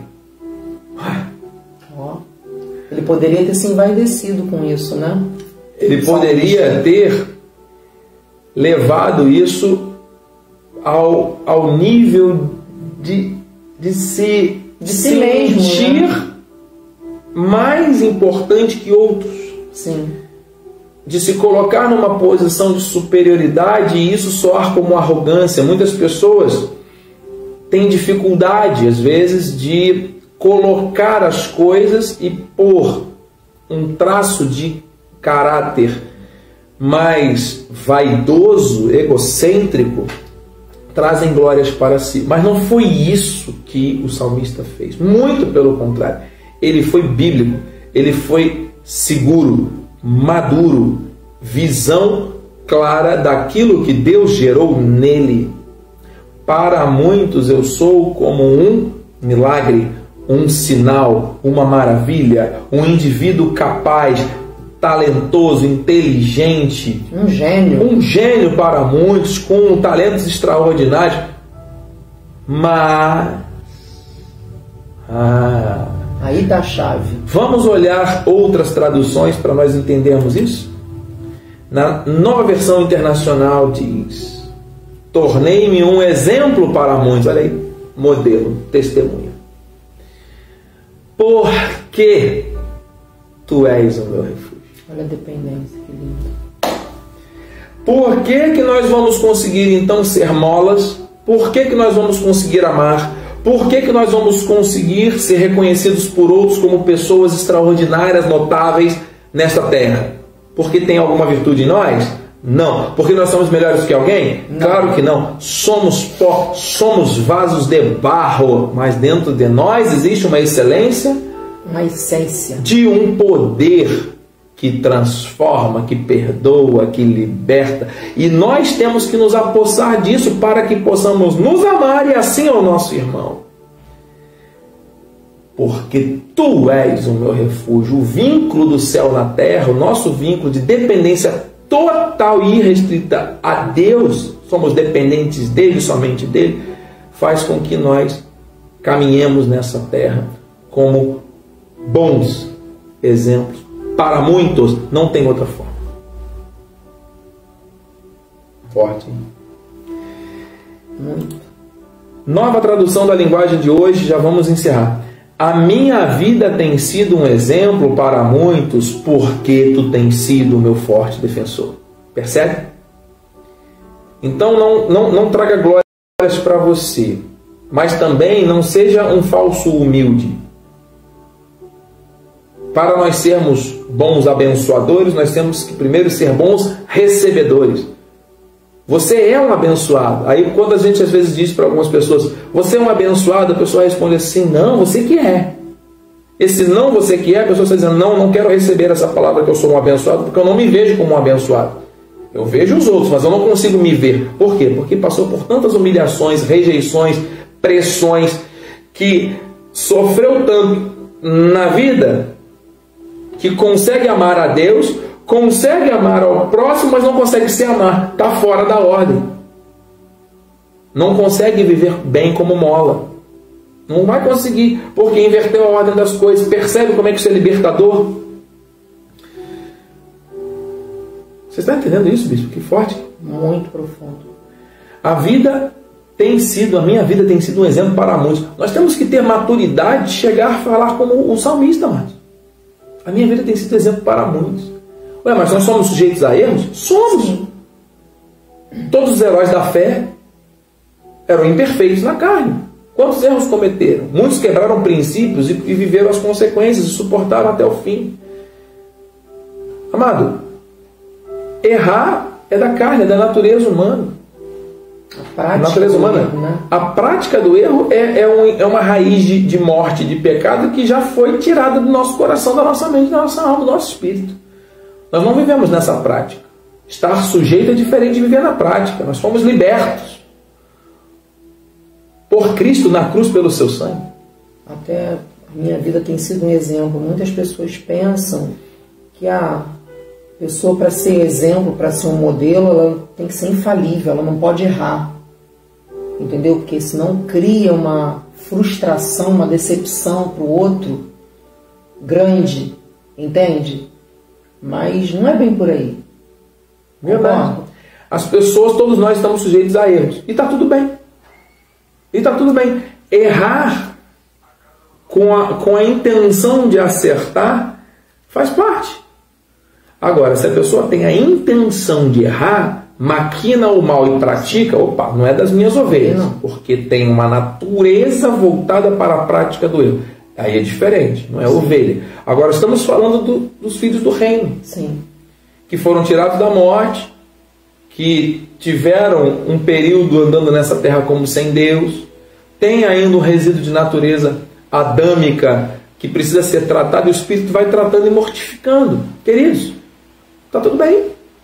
Oh, ele poderia ter se envaidecido com isso, né? Ele poderia ter levado isso ao, ao nível de, de se de si mesmo, sentir, né? Mais importante que outros. Sim. De se colocar numa posição de superioridade e isso soar como arrogância. Muitas pessoas têm dificuldade, às vezes, de colocar as coisas e pôr um traço de caráter mais vaidoso, egocêntrico, trazem glórias para si. Mas não foi isso que o salmista fez. Muito pelo contrário. Ele foi bíblico, ele foi seguro, maduro, visão clara daquilo que Deus gerou nele. Para muitos eu sou como um milagre, um sinal, uma maravilha, um indivíduo capaz, talentoso, inteligente, um gênio, um gênio para muitos, com talentos extraordinários, mas ah, aí está a chave. Vamos olhar outras traduções para nós entendermos isso? Na Nova Versão Internacional diz: tornei-me um exemplo para muitos. Olha aí, modelo, testemunha. Porque tu és o meu refúgio. Olha a dependência, que lindo. Por que que nós vamos conseguir então ser molas? Por que que nós vamos conseguir amar? Por que que nós vamos conseguir ser reconhecidos por outros como pessoas extraordinárias, notáveis nesta terra? Porque tem alguma virtude em nós? Não. Porque nós somos melhores que alguém? Não. Claro que não. Somos pó, somos vasos de barro, mas dentro de nós existe uma excelência uma essência de um poder que transforma, que perdoa, que liberta. E nós temos que nos apossar disso para que possamos nos amar e assim ao nosso irmão. Porque tu és o meu refúgio, o vínculo do céu na terra, o nosso vínculo de dependência total e irrestrita a Deus, somos dependentes dele, somente dele, faz com que nós caminhemos nessa terra como bons exemplos para muitos. Não tem outra forma. Forte, hein? Muito. Nova tradução da linguagem de hoje, já vamos encerrar. A minha vida tem sido um exemplo para muitos, porque tu tens sido o meu forte defensor. Percebe? Então não, não, não traga glórias para você, mas também não seja um falso humilde. Para nós sermos bons abençoadores, nós temos que primeiro ser bons recebedores. Você é um abençoado. Aí quando a gente às vezes diz para algumas pessoas, você é um abençoado, a pessoa responde assim, não, você que é. Esse não, você que é, a pessoa está dizendo, não, não quero receber essa palavra que eu sou um abençoado, porque eu não me vejo como um abençoado. Eu vejo os outros, mas eu não consigo me ver. Por quê? Porque passou por tantas humilhações, rejeições, pressões, que sofreu tanto na vida, que consegue amar a Deus, consegue amar ao próximo, mas não consegue se amar. Está fora da ordem. Não consegue viver bem como mola. Não vai conseguir, porque inverteu a ordem das coisas. Percebe como é que isso é libertador? Você está entendendo isso, bispo? Que forte. Muito profundo. A vida tem sido, a minha vida tem sido um exemplo para muitos. Nós temos que ter maturidade de chegar a falar como o salmista, mas a minha vida tem sido exemplo para muitos. Ué, mas nós somos sujeitos a erros? Somos. Sim. Todos os heróis da fé eram imperfeitos na carne. Quantos erros cometeram? Muitos quebraram princípios e, e viveram as consequências e suportaram até o fim. Amado, errar é da carne, é da natureza humana. A prática, natureza humana. Erro, né? A prática do erro é, é, um, é uma raiz de, de morte, de pecado que já foi tirada do nosso coração, da nossa mente, da nossa alma, do nosso espírito. Nós não vivemos nessa prática. Estar sujeito é diferente de viver na prática. Nós fomos libertos por Cristo na cruz pelo seu sangue. Até a minha vida tem sido um exemplo. Muitas pessoas pensam que a pessoa, para ser exemplo, para ser um modelo, ela tem que ser infalível, ela não pode errar. Entendeu? Porque senão cria uma frustração, uma decepção para o outro grande. Entende? Mas não é bem por aí. Verdade. As pessoas, todos nós estamos sujeitos a erros. E está tudo bem. E está tudo bem. Errar com a, com a intenção de acertar faz parte. Agora, se a pessoa tem a intenção de errar, maquina o mal e pratica, opa, não é das minhas ovelhas. Não. Porque tem uma natureza voltada para a prática do erro. Aí é diferente, não é Sim. ovelha. Agora estamos falando do, dos filhos do reino. Sim. Que foram tirados da morte, que tiveram um período andando nessa terra como sem Deus, tem ainda um resíduo de natureza adâmica que precisa ser tratado, e o Espírito vai tratando e mortificando. Queridos, está tudo bem.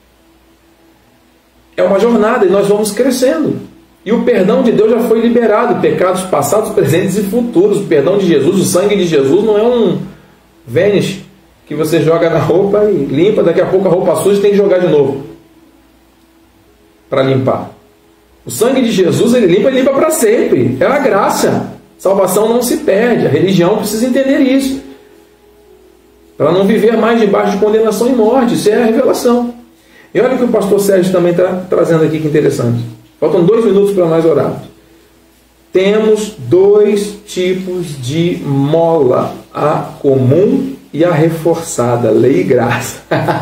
É uma jornada e nós vamos crescendo. E o perdão de Deus já foi liberado, pecados passados, presentes e futuros. O perdão de Jesus, o sangue de Jesus não é um Vênus que você joga na roupa e limpa, daqui a pouco a roupa suja tem que jogar de novo para limpar. O sangue de Jesus, ele limpa e limpa para sempre. É a graça. Salvação não se perde. A religião precisa entender isso. Para não viver mais debaixo de condenação e morte. Isso é a revelação. E olha o que o pastor Sérgio também está trazendo aqui, que interessante. Faltam dois minutos para nós orarmos. Temos dois tipos de mola. A comum e a reforçada. Lei e graça.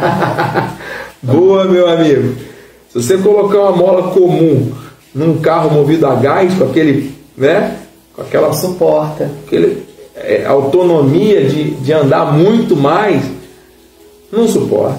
Boa, meu amigo. Se você colocar uma mola comum num carro movido a gás, com aquele, né, com aquela não suporta, aquele, é, autonomia de, de andar muito mais, não suporta.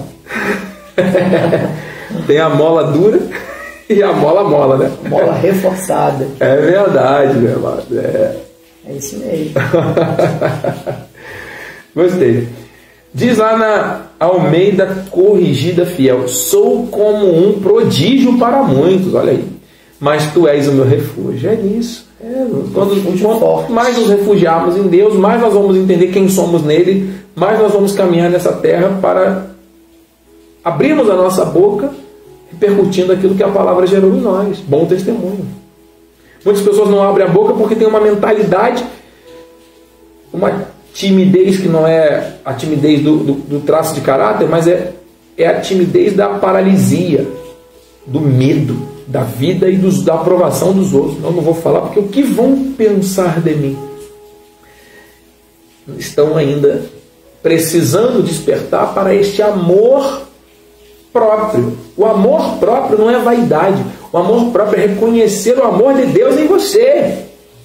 Tem a mola dura e a mola mola, né? Mola reforçada. É verdade, meu amado. É, é isso mesmo. Gostei. Diz lá na Almeida Corrigida Fiel: sou como um prodígio para muitos, olha aí, mas tu és o meu refúgio. É isso. É, quando, quanto mais nos refugiarmos em Deus, mais nós vamos entender quem somos nele, mais nós vamos caminhar nessa terra para abrirmos a nossa boca, repercutindo aquilo que a palavra gerou em nós. Bom testemunho. Muitas pessoas não abrem a boca porque tem uma mentalidade, uma timidez que não é a timidez do, do, do traço de caráter, mas é, é a timidez da paralisia, do medo da vida e dos, da aprovação dos outros. Não, não vou falar porque o que vão pensar de mim? Estão ainda precisando despertar para este amor próprio. O amor próprio não é vaidade. O amor próprio é reconhecer o amor de Deus em você,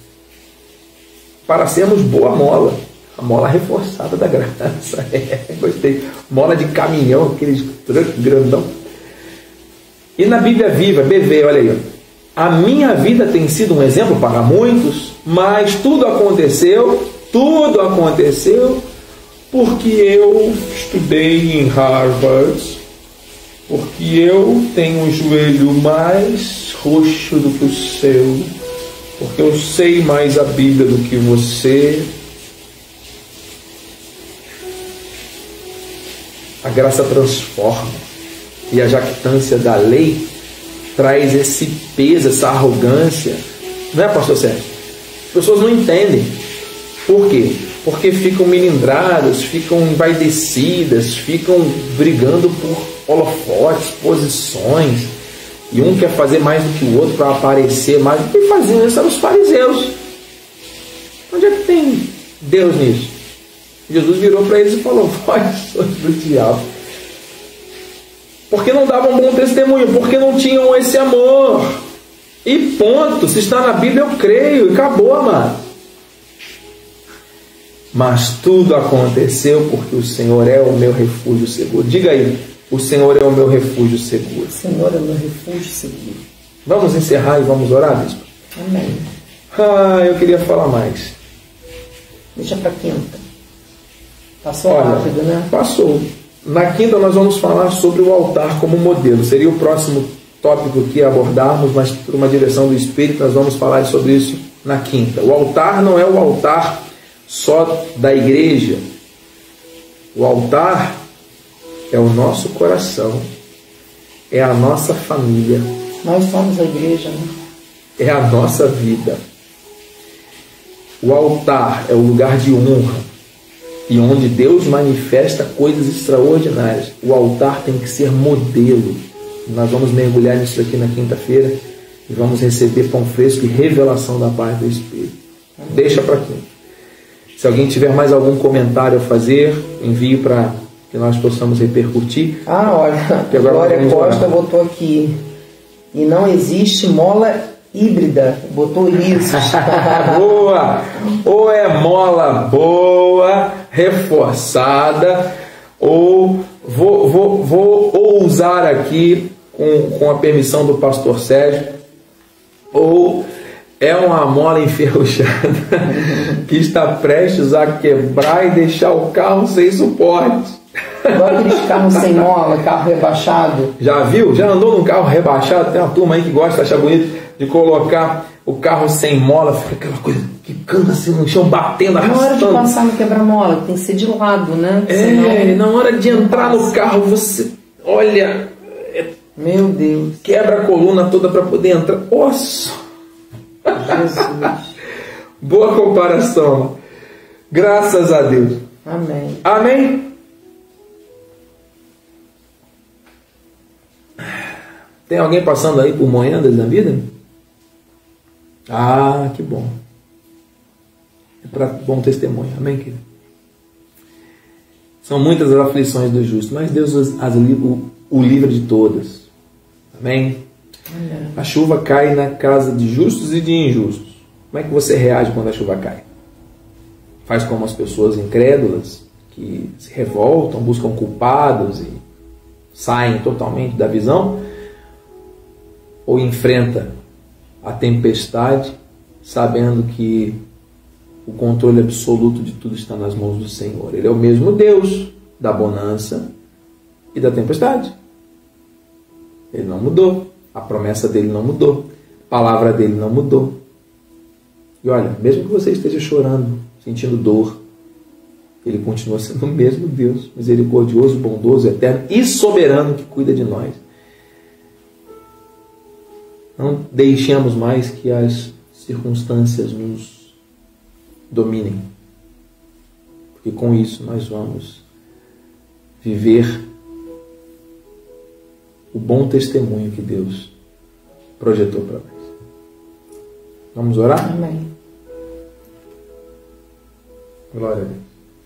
para sermos boa mola. A mola reforçada da graça. É, gostei. Mola de caminhão, aqueles truck grandão. E na Bíblia Viva, B V, olha aí. A minha vida tem sido um exemplo para muitos, mas tudo aconteceu, tudo aconteceu porque eu estudei em Harvard, porque eu tenho um joelho mais roxo do que o seu, porque eu sei mais a Bíblia do que você. A graça transforma. E a jactância da lei traz esse peso, essa arrogância. Não é, pastor Sérgio? As pessoas não entendem. Por quê? Porque ficam melindradas, ficam envaidecidas, ficam brigando por holofotes, posições. E um quer fazer mais do que o outro para aparecer mais. Quem faziam isso eram os fariseus. Onde é que tem Deus nisso? Jesus virou para eles e falou: vós sois do diabo. Porque não davam bom testemunho, porque não tinham esse amor. E ponto. Se está na Bíblia, eu creio. E acabou, amado. Mas tudo aconteceu porque o Senhor é o meu refúgio seguro. Diga aí: o Senhor é o meu refúgio seguro. O Senhor é o meu refúgio seguro. Vamos encerrar e vamos orar, bispo? Amém. Ah, eu queria falar mais. Deixa para quinta. Passou Olha, rápido, né? Passou. Na quinta nós vamos falar sobre o altar como modelo. Seria o próximo tópico que abordarmos, mas por uma direção do Espírito nós vamos falar sobre isso na quinta. O altar não é o altar só da igreja. O altar é o nosso coração, é a nossa família. Nós somos a igreja, né? É a nossa vida. O altar é o lugar de honra e onde Deus manifesta coisas extraordinárias. O altar tem que ser modelo. Nós vamos mergulhar nisso aqui na quinta-feira e vamos receber pão fresco e revelação da paz do Espírito. Deixa para quinta. Se alguém tiver mais algum comentário a fazer, envie para que nós possamos repercutir. Ah, olha, a Glória Costa botou aqui: e não existe mola híbrida, botou isso. Boa! Ou é mola boa, reforçada, ou vou, vou, vou ousar aqui, com, com a permissão do pastor Sérgio, ou é uma mola enferrujada que está prestes a quebrar e deixar o carro sem suporte. Igual aqueles carros sem mola, carro rebaixado. Já viu? Já andou num carro rebaixado? Tem uma turma aí que gosta, acha bonito, de colocar o carro sem mola, fica aquela coisa quicando assim no chão, batendo, arrastando. Na hora de passar no quebra-mola, tem que ser de lado, né? É, senão, na hora de entrar no carro, você olha, é, meu Deus, quebra a coluna toda para poder entrar. Nossa! Jesus. Boa comparação. Graças a Deus. Amém. Amém? Tem alguém passando aí por moendas na vida? Ah, que bom. É para bom testemunho. Amém, querido? São muitas as aflições do justo, mas Deus as, as, o, o livra de todas. Amém? Amém? A chuva cai na casa de justos e de injustos. Como é que você reage quando a chuva cai? Faz como as pessoas incrédulas, que se revoltam, buscam culpados e saem totalmente da visão? Ou enfrenta a tempestade sabendo que o controle absoluto de tudo está nas mãos do Senhor. Ele é o mesmo Deus da bonança e da tempestade. Ele não mudou. A promessa dele não mudou. A palavra dele não mudou. E olha, mesmo que você esteja chorando, sentindo dor, ele continua sendo o mesmo Deus, misericordioso, bondoso, eterno e soberano que cuida de nós. Não deixemos mais que as circunstâncias nos dominem, porque com isso nós vamos viver o bom testemunho que Deus projetou para nós. Vamos orar? Amém. Glória a Deus.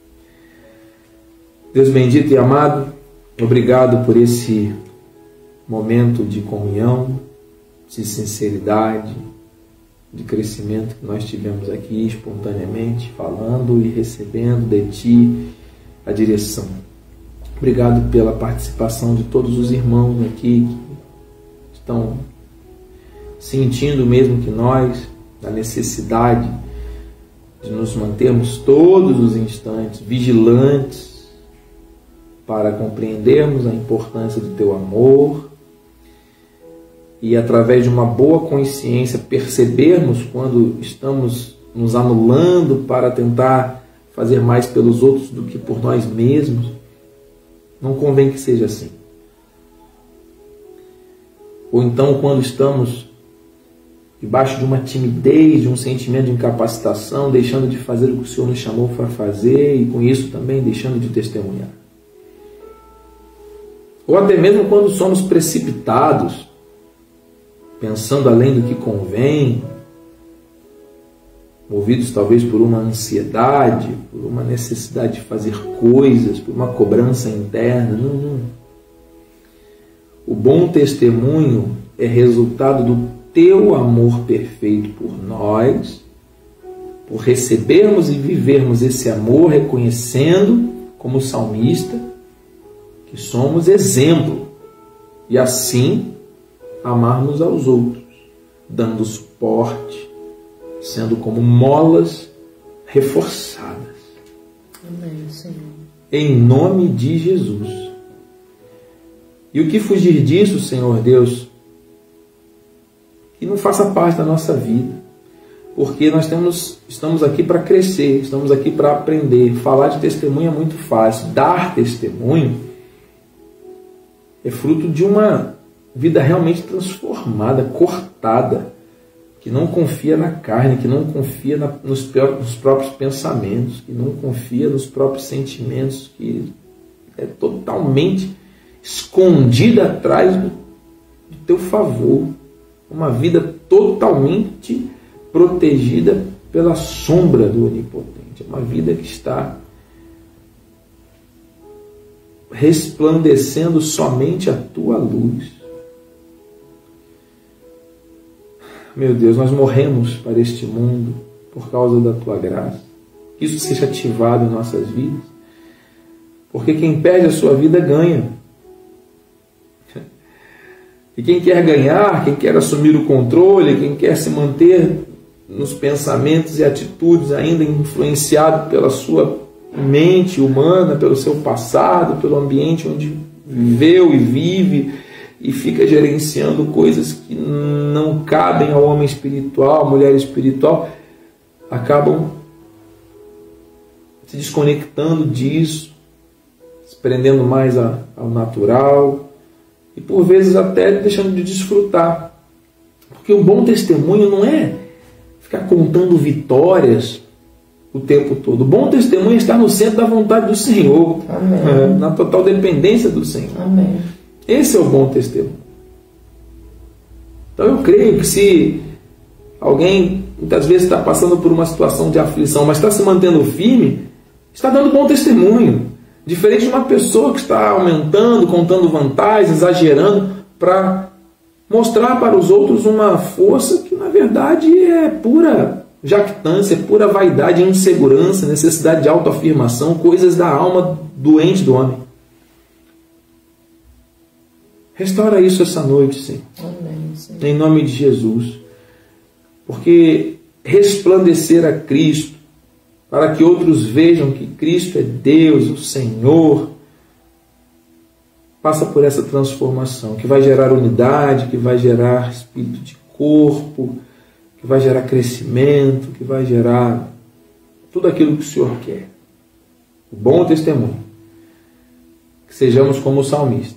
Deus bendito e amado, obrigado por esse momento de comunhão, de sinceridade, de crescimento que nós tivemos aqui espontaneamente, falando e recebendo de Ti a direção. Obrigado pela participação de todos os irmãos aqui que estão sentindo mesmo que nós, a necessidade de nos mantermos todos os instantes vigilantes para compreendermos a importância do Teu amor e, através de uma boa consciência, percebermos quando estamos nos anulando para tentar fazer mais pelos outros do que por nós mesmos. Não convém que seja assim. Ou então, quando estamos debaixo de uma timidez, de um sentimento de incapacitação, deixando de fazer o que o Senhor nos chamou para fazer e, com isso, também deixando de testemunhar. Ou até mesmo quando somos precipitados, pensando além do que convém, movidos talvez por uma ansiedade, por uma necessidade de fazer coisas, por uma cobrança interna. Não, não. O bom testemunho é resultado do Teu amor perfeito por nós, por recebermos e vivermos esse amor, reconhecendo, como salmista, que somos exemplo, e assim amarmos aos outros, dando suporte, sendo como molas reforçadas. Amém, Senhor. Em nome de Jesus. E o que fugir disso, Senhor Deus, que não faça parte da nossa vida, porque nós temos, estamos aqui para crescer, estamos aqui para aprender. Falar de testemunho é muito fácil, dar testemunho é fruto de uma vida realmente transformada, cortada, que não confia na carne, que não confia na, nos, nos próprios pensamentos, que não confia nos próprios sentimentos, que é totalmente escondida atrás do, do Teu favor. Uma vida totalmente protegida pela sombra do Onipotente. Uma vida que está resplandecendo somente a Tua luz. Meu Deus, nós morremos para este mundo por causa da Tua graça. Que isso seja ativado em nossas vidas. Porque quem perde a sua vida ganha. E quem quer ganhar, quem quer assumir o controle, quem quer se manter nos pensamentos e atitudes ainda influenciado pela sua mente humana, pelo seu passado, pelo ambiente onde viveu e vive, e fica gerenciando coisas que não cabem ao homem espiritual, à mulher espiritual, acabam se desconectando disso, se prendendo mais ao natural, e por vezes até deixando de desfrutar. Porque o bom testemunho não é ficar contando vitórias o tempo todo. O bom testemunho é estar no centro da vontade do Senhor. Amém. Na total dependência do Senhor. Amém. Esse é o bom testemunho. Então eu creio que se alguém muitas vezes está passando por uma situação de aflição, mas está se mantendo firme, está dando bom testemunho. Diferente de uma pessoa que está aumentando, contando vantagens, exagerando, para mostrar para os outros uma força que, na verdade, é pura jactância, é pura vaidade, insegurança, necessidade de autoafirmação, coisas da alma doente do homem. Restaura isso essa noite, Senhor. Amém, Senhor. Em nome de Jesus. Porque resplandecer a Cristo para que outros vejam que Cristo é Deus, o Senhor. Passa por essa transformação, que vai gerar unidade, que vai gerar espírito de corpo, que vai gerar crescimento, que vai gerar tudo aquilo que o Senhor quer. O bom testemunho. Que sejamos como o salmista.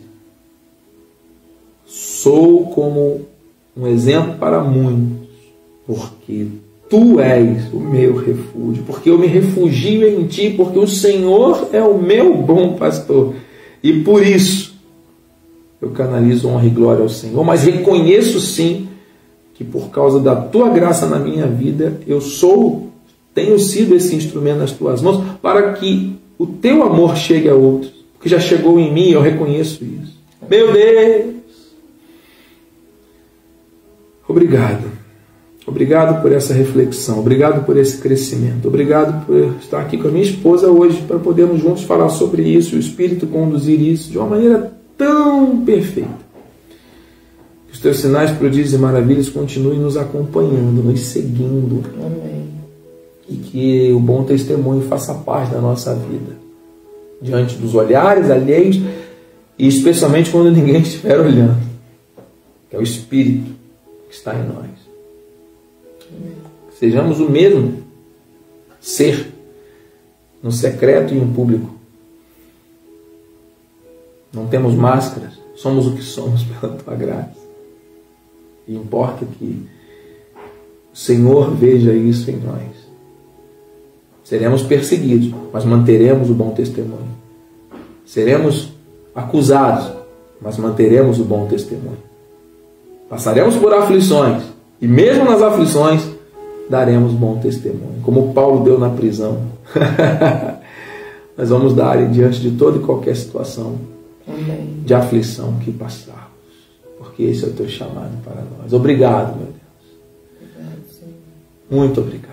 Sou como um exemplo para muitos, porque Tu és o meu refúgio, porque eu me refugio em Ti, porque o Senhor é o meu bom pastor. E por isso eu canalizo honra e glória ao Senhor, mas reconheço sim que por causa da Tua graça na minha vida, eu sou, tenho sido esse instrumento nas Tuas mãos, para que o Teu amor chegue a outros, porque já chegou em mim, eu reconheço isso. Meu Deus! Obrigado. Obrigado por essa reflexão, obrigado por esse crescimento, obrigado por estar aqui com a minha esposa hoje, para podermos juntos falar sobre isso, o Espírito conduzir isso de uma maneira tão perfeita. Que os Teus sinais, prodígios e maravilhas continuem nos acompanhando, nos seguindo. Amém. E que o bom testemunho faça parte da nossa vida, diante dos olhares alheios e especialmente quando ninguém estiver olhando, que é o Espírito que está em nós. Amém. Que sejamos o mesmo ser no secreto e em público. Não temos máscaras, somos o que somos pela Tua graça. E importa que o Senhor veja isso em nós. Seremos perseguidos, mas manteremos o bom testemunho. Seremos acusados, mas manteremos o bom testemunho. Passaremos por aflições, e mesmo nas aflições, daremos bom testemunho. Como Paulo deu na prisão. Nós vamos dar diante de toda e qualquer situação. Amém. De aflição que passarmos, porque esse é o Teu chamado para nós. Obrigado, meu Deus. Obrigado, Senhor. Muito obrigado.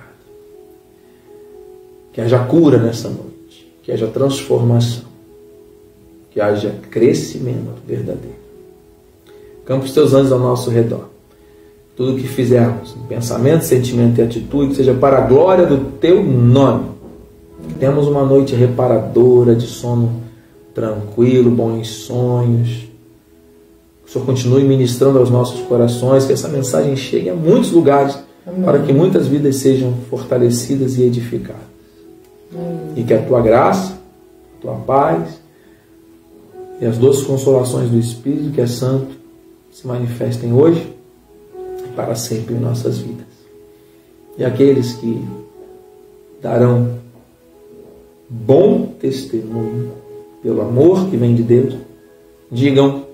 Que haja cura nessa noite, que haja transformação, que haja crescimento verdadeiro. Campa os Teus anjos ao nosso redor. Tudo o que fizermos, em pensamento, sentimento e atitude, seja para a glória do Teu nome. Que temos uma noite reparadora, de sono tranquilo, bons sonhos. Que o Senhor continue ministrando aos nossos corações, que essa mensagem chegue a muitos lugares. Amém. Para que muitas vidas sejam fortalecidas e edificadas. Amém. E que a Tua graça, a Tua paz e as doces consolações do Espírito, que é santo, se manifestem hoje e para sempre em nossas vidas. E aqueles que darão bom testemunho pelo amor que vem de Deus, digam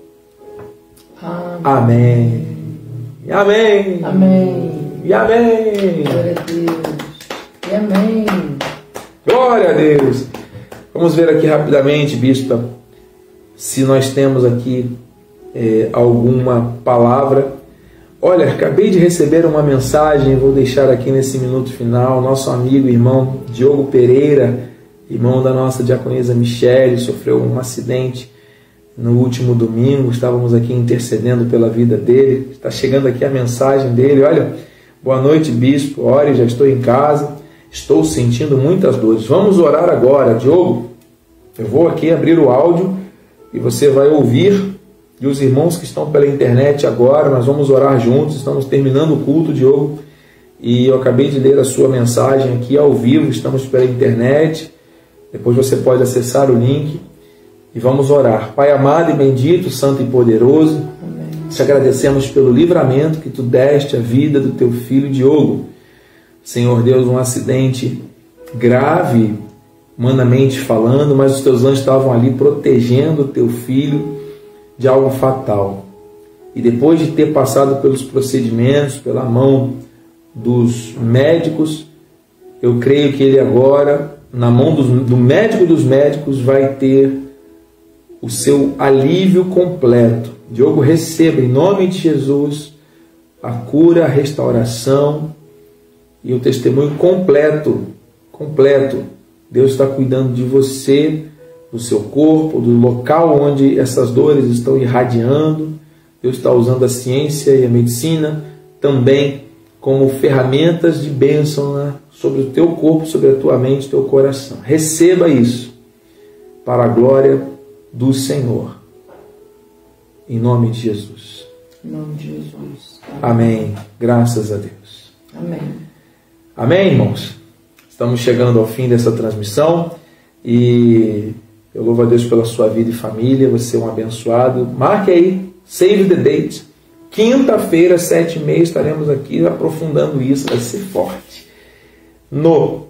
amém. Amém. Amém. Amém. E amém. Glória a Deus. E amém. Glória a Deus. Vamos ver aqui rapidamente, bispa, se nós temos aqui é, alguma palavra. Olha, acabei de receber uma mensagem, vou deixar aqui nesse minuto final. Nosso amigo e irmão Diogo Pereira, irmão da nossa diaconisa Michele, sofreu um acidente no último domingo. Estávamos aqui intercedendo pela vida dele. Está chegando aqui a mensagem dele. Olha, boa noite, bispo. Ore, já estou em casa. Estou sentindo muitas dores. Vamos orar agora, Diogo. Eu vou aqui abrir o áudio e você vai ouvir. E os irmãos que estão pela internet agora, nós vamos orar juntos. Estamos terminando o culto, Diogo. E eu acabei de ler a sua mensagem aqui ao vivo. Estamos pela internet. Depois você pode acessar o link e vamos orar. Pai amado e bendito, santo e poderoso, amém. Te agradecemos pelo livramento que Tu deste à vida do Teu filho Diogo. Senhor Deus, um acidente grave, humanamente falando, mas os Teus anjos estavam ali protegendo o Teu filho de algo fatal. E depois de ter passado pelos procedimentos, pela mão dos médicos, eu creio que ele agora, na mão do, do médico dos médicos, vai ter o seu alívio completo. Diogo, receba em nome de Jesus a cura, a restauração e o testemunho completo, completo. Deus está cuidando de você, do seu corpo, do local onde essas dores estão irradiando. Deus está usando a ciência e a medicina também como ferramentas de bênção na sobre o teu corpo, sobre a tua mente, teu coração. Receba isso para a glória do Senhor. Em nome de Jesus. Em nome de Jesus. Amém. Graças a Deus. Amém. Amém, irmãos? Estamos chegando ao fim dessa transmissão e eu louvo a Deus pela sua vida e família. Você é um abençoado. Marque aí, save the date. Quinta-feira, sete e meia, estaremos aqui aprofundando isso. Vai ser forte. No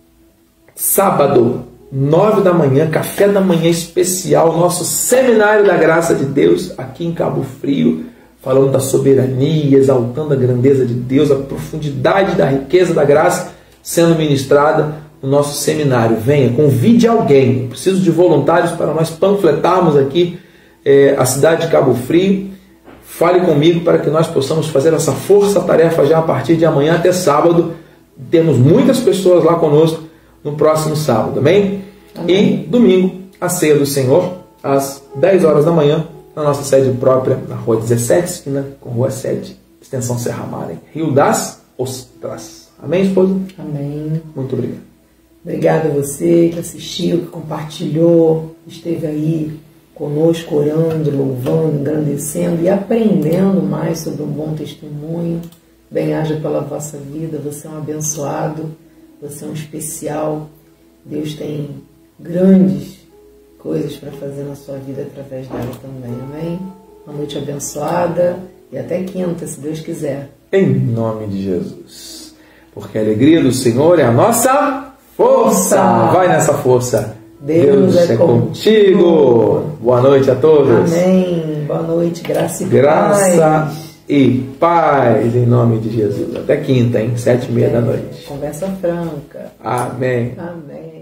sábado, nove da manhã, café da manhã especial, nosso Seminário da Graça de Deus, aqui em Cabo Frio, falando da soberania, exaltando a grandeza de Deus, a profundidade da riqueza da graça sendo ministrada no nosso seminário. Venha, convide alguém. Eu preciso de voluntários para nós panfletarmos aqui é, a cidade de Cabo Frio. Fale comigo para que nós possamos fazer essa força-tarefa já a partir de amanhã até sábado. Temos muitas pessoas lá conosco no próximo sábado, amém? Amém. E domingo, a ceia do Senhor, às dez horas da manhã, na nossa sede própria, na rua dezessete, esquina com rua sete, extensão Serra Mara, Rio das Ostras. Amém, esposa? Amém. Muito obrigado. Obrigada a você que assistiu, que compartilhou, esteve aí conosco, orando, louvando, engrandecendo e aprendendo mais sobre um bom testemunho. Bem-haja pela vossa vida, você é um abençoado, você é um especial. Deus tem grandes coisas para fazer na sua vida através dela também, amém? Uma noite abençoada e até quinta, se Deus quiser. Em nome de Jesus. Porque a alegria do Senhor é a nossa força. Vai nessa força. Deus, Deus é, é contigo. contigo. Boa noite a todos. Amém. Boa noite, graça e graça paz. E paz em nome de Jesus. Até quinta, hein? Sete e meia é, da noite. Conversa franca. Amém. Amém.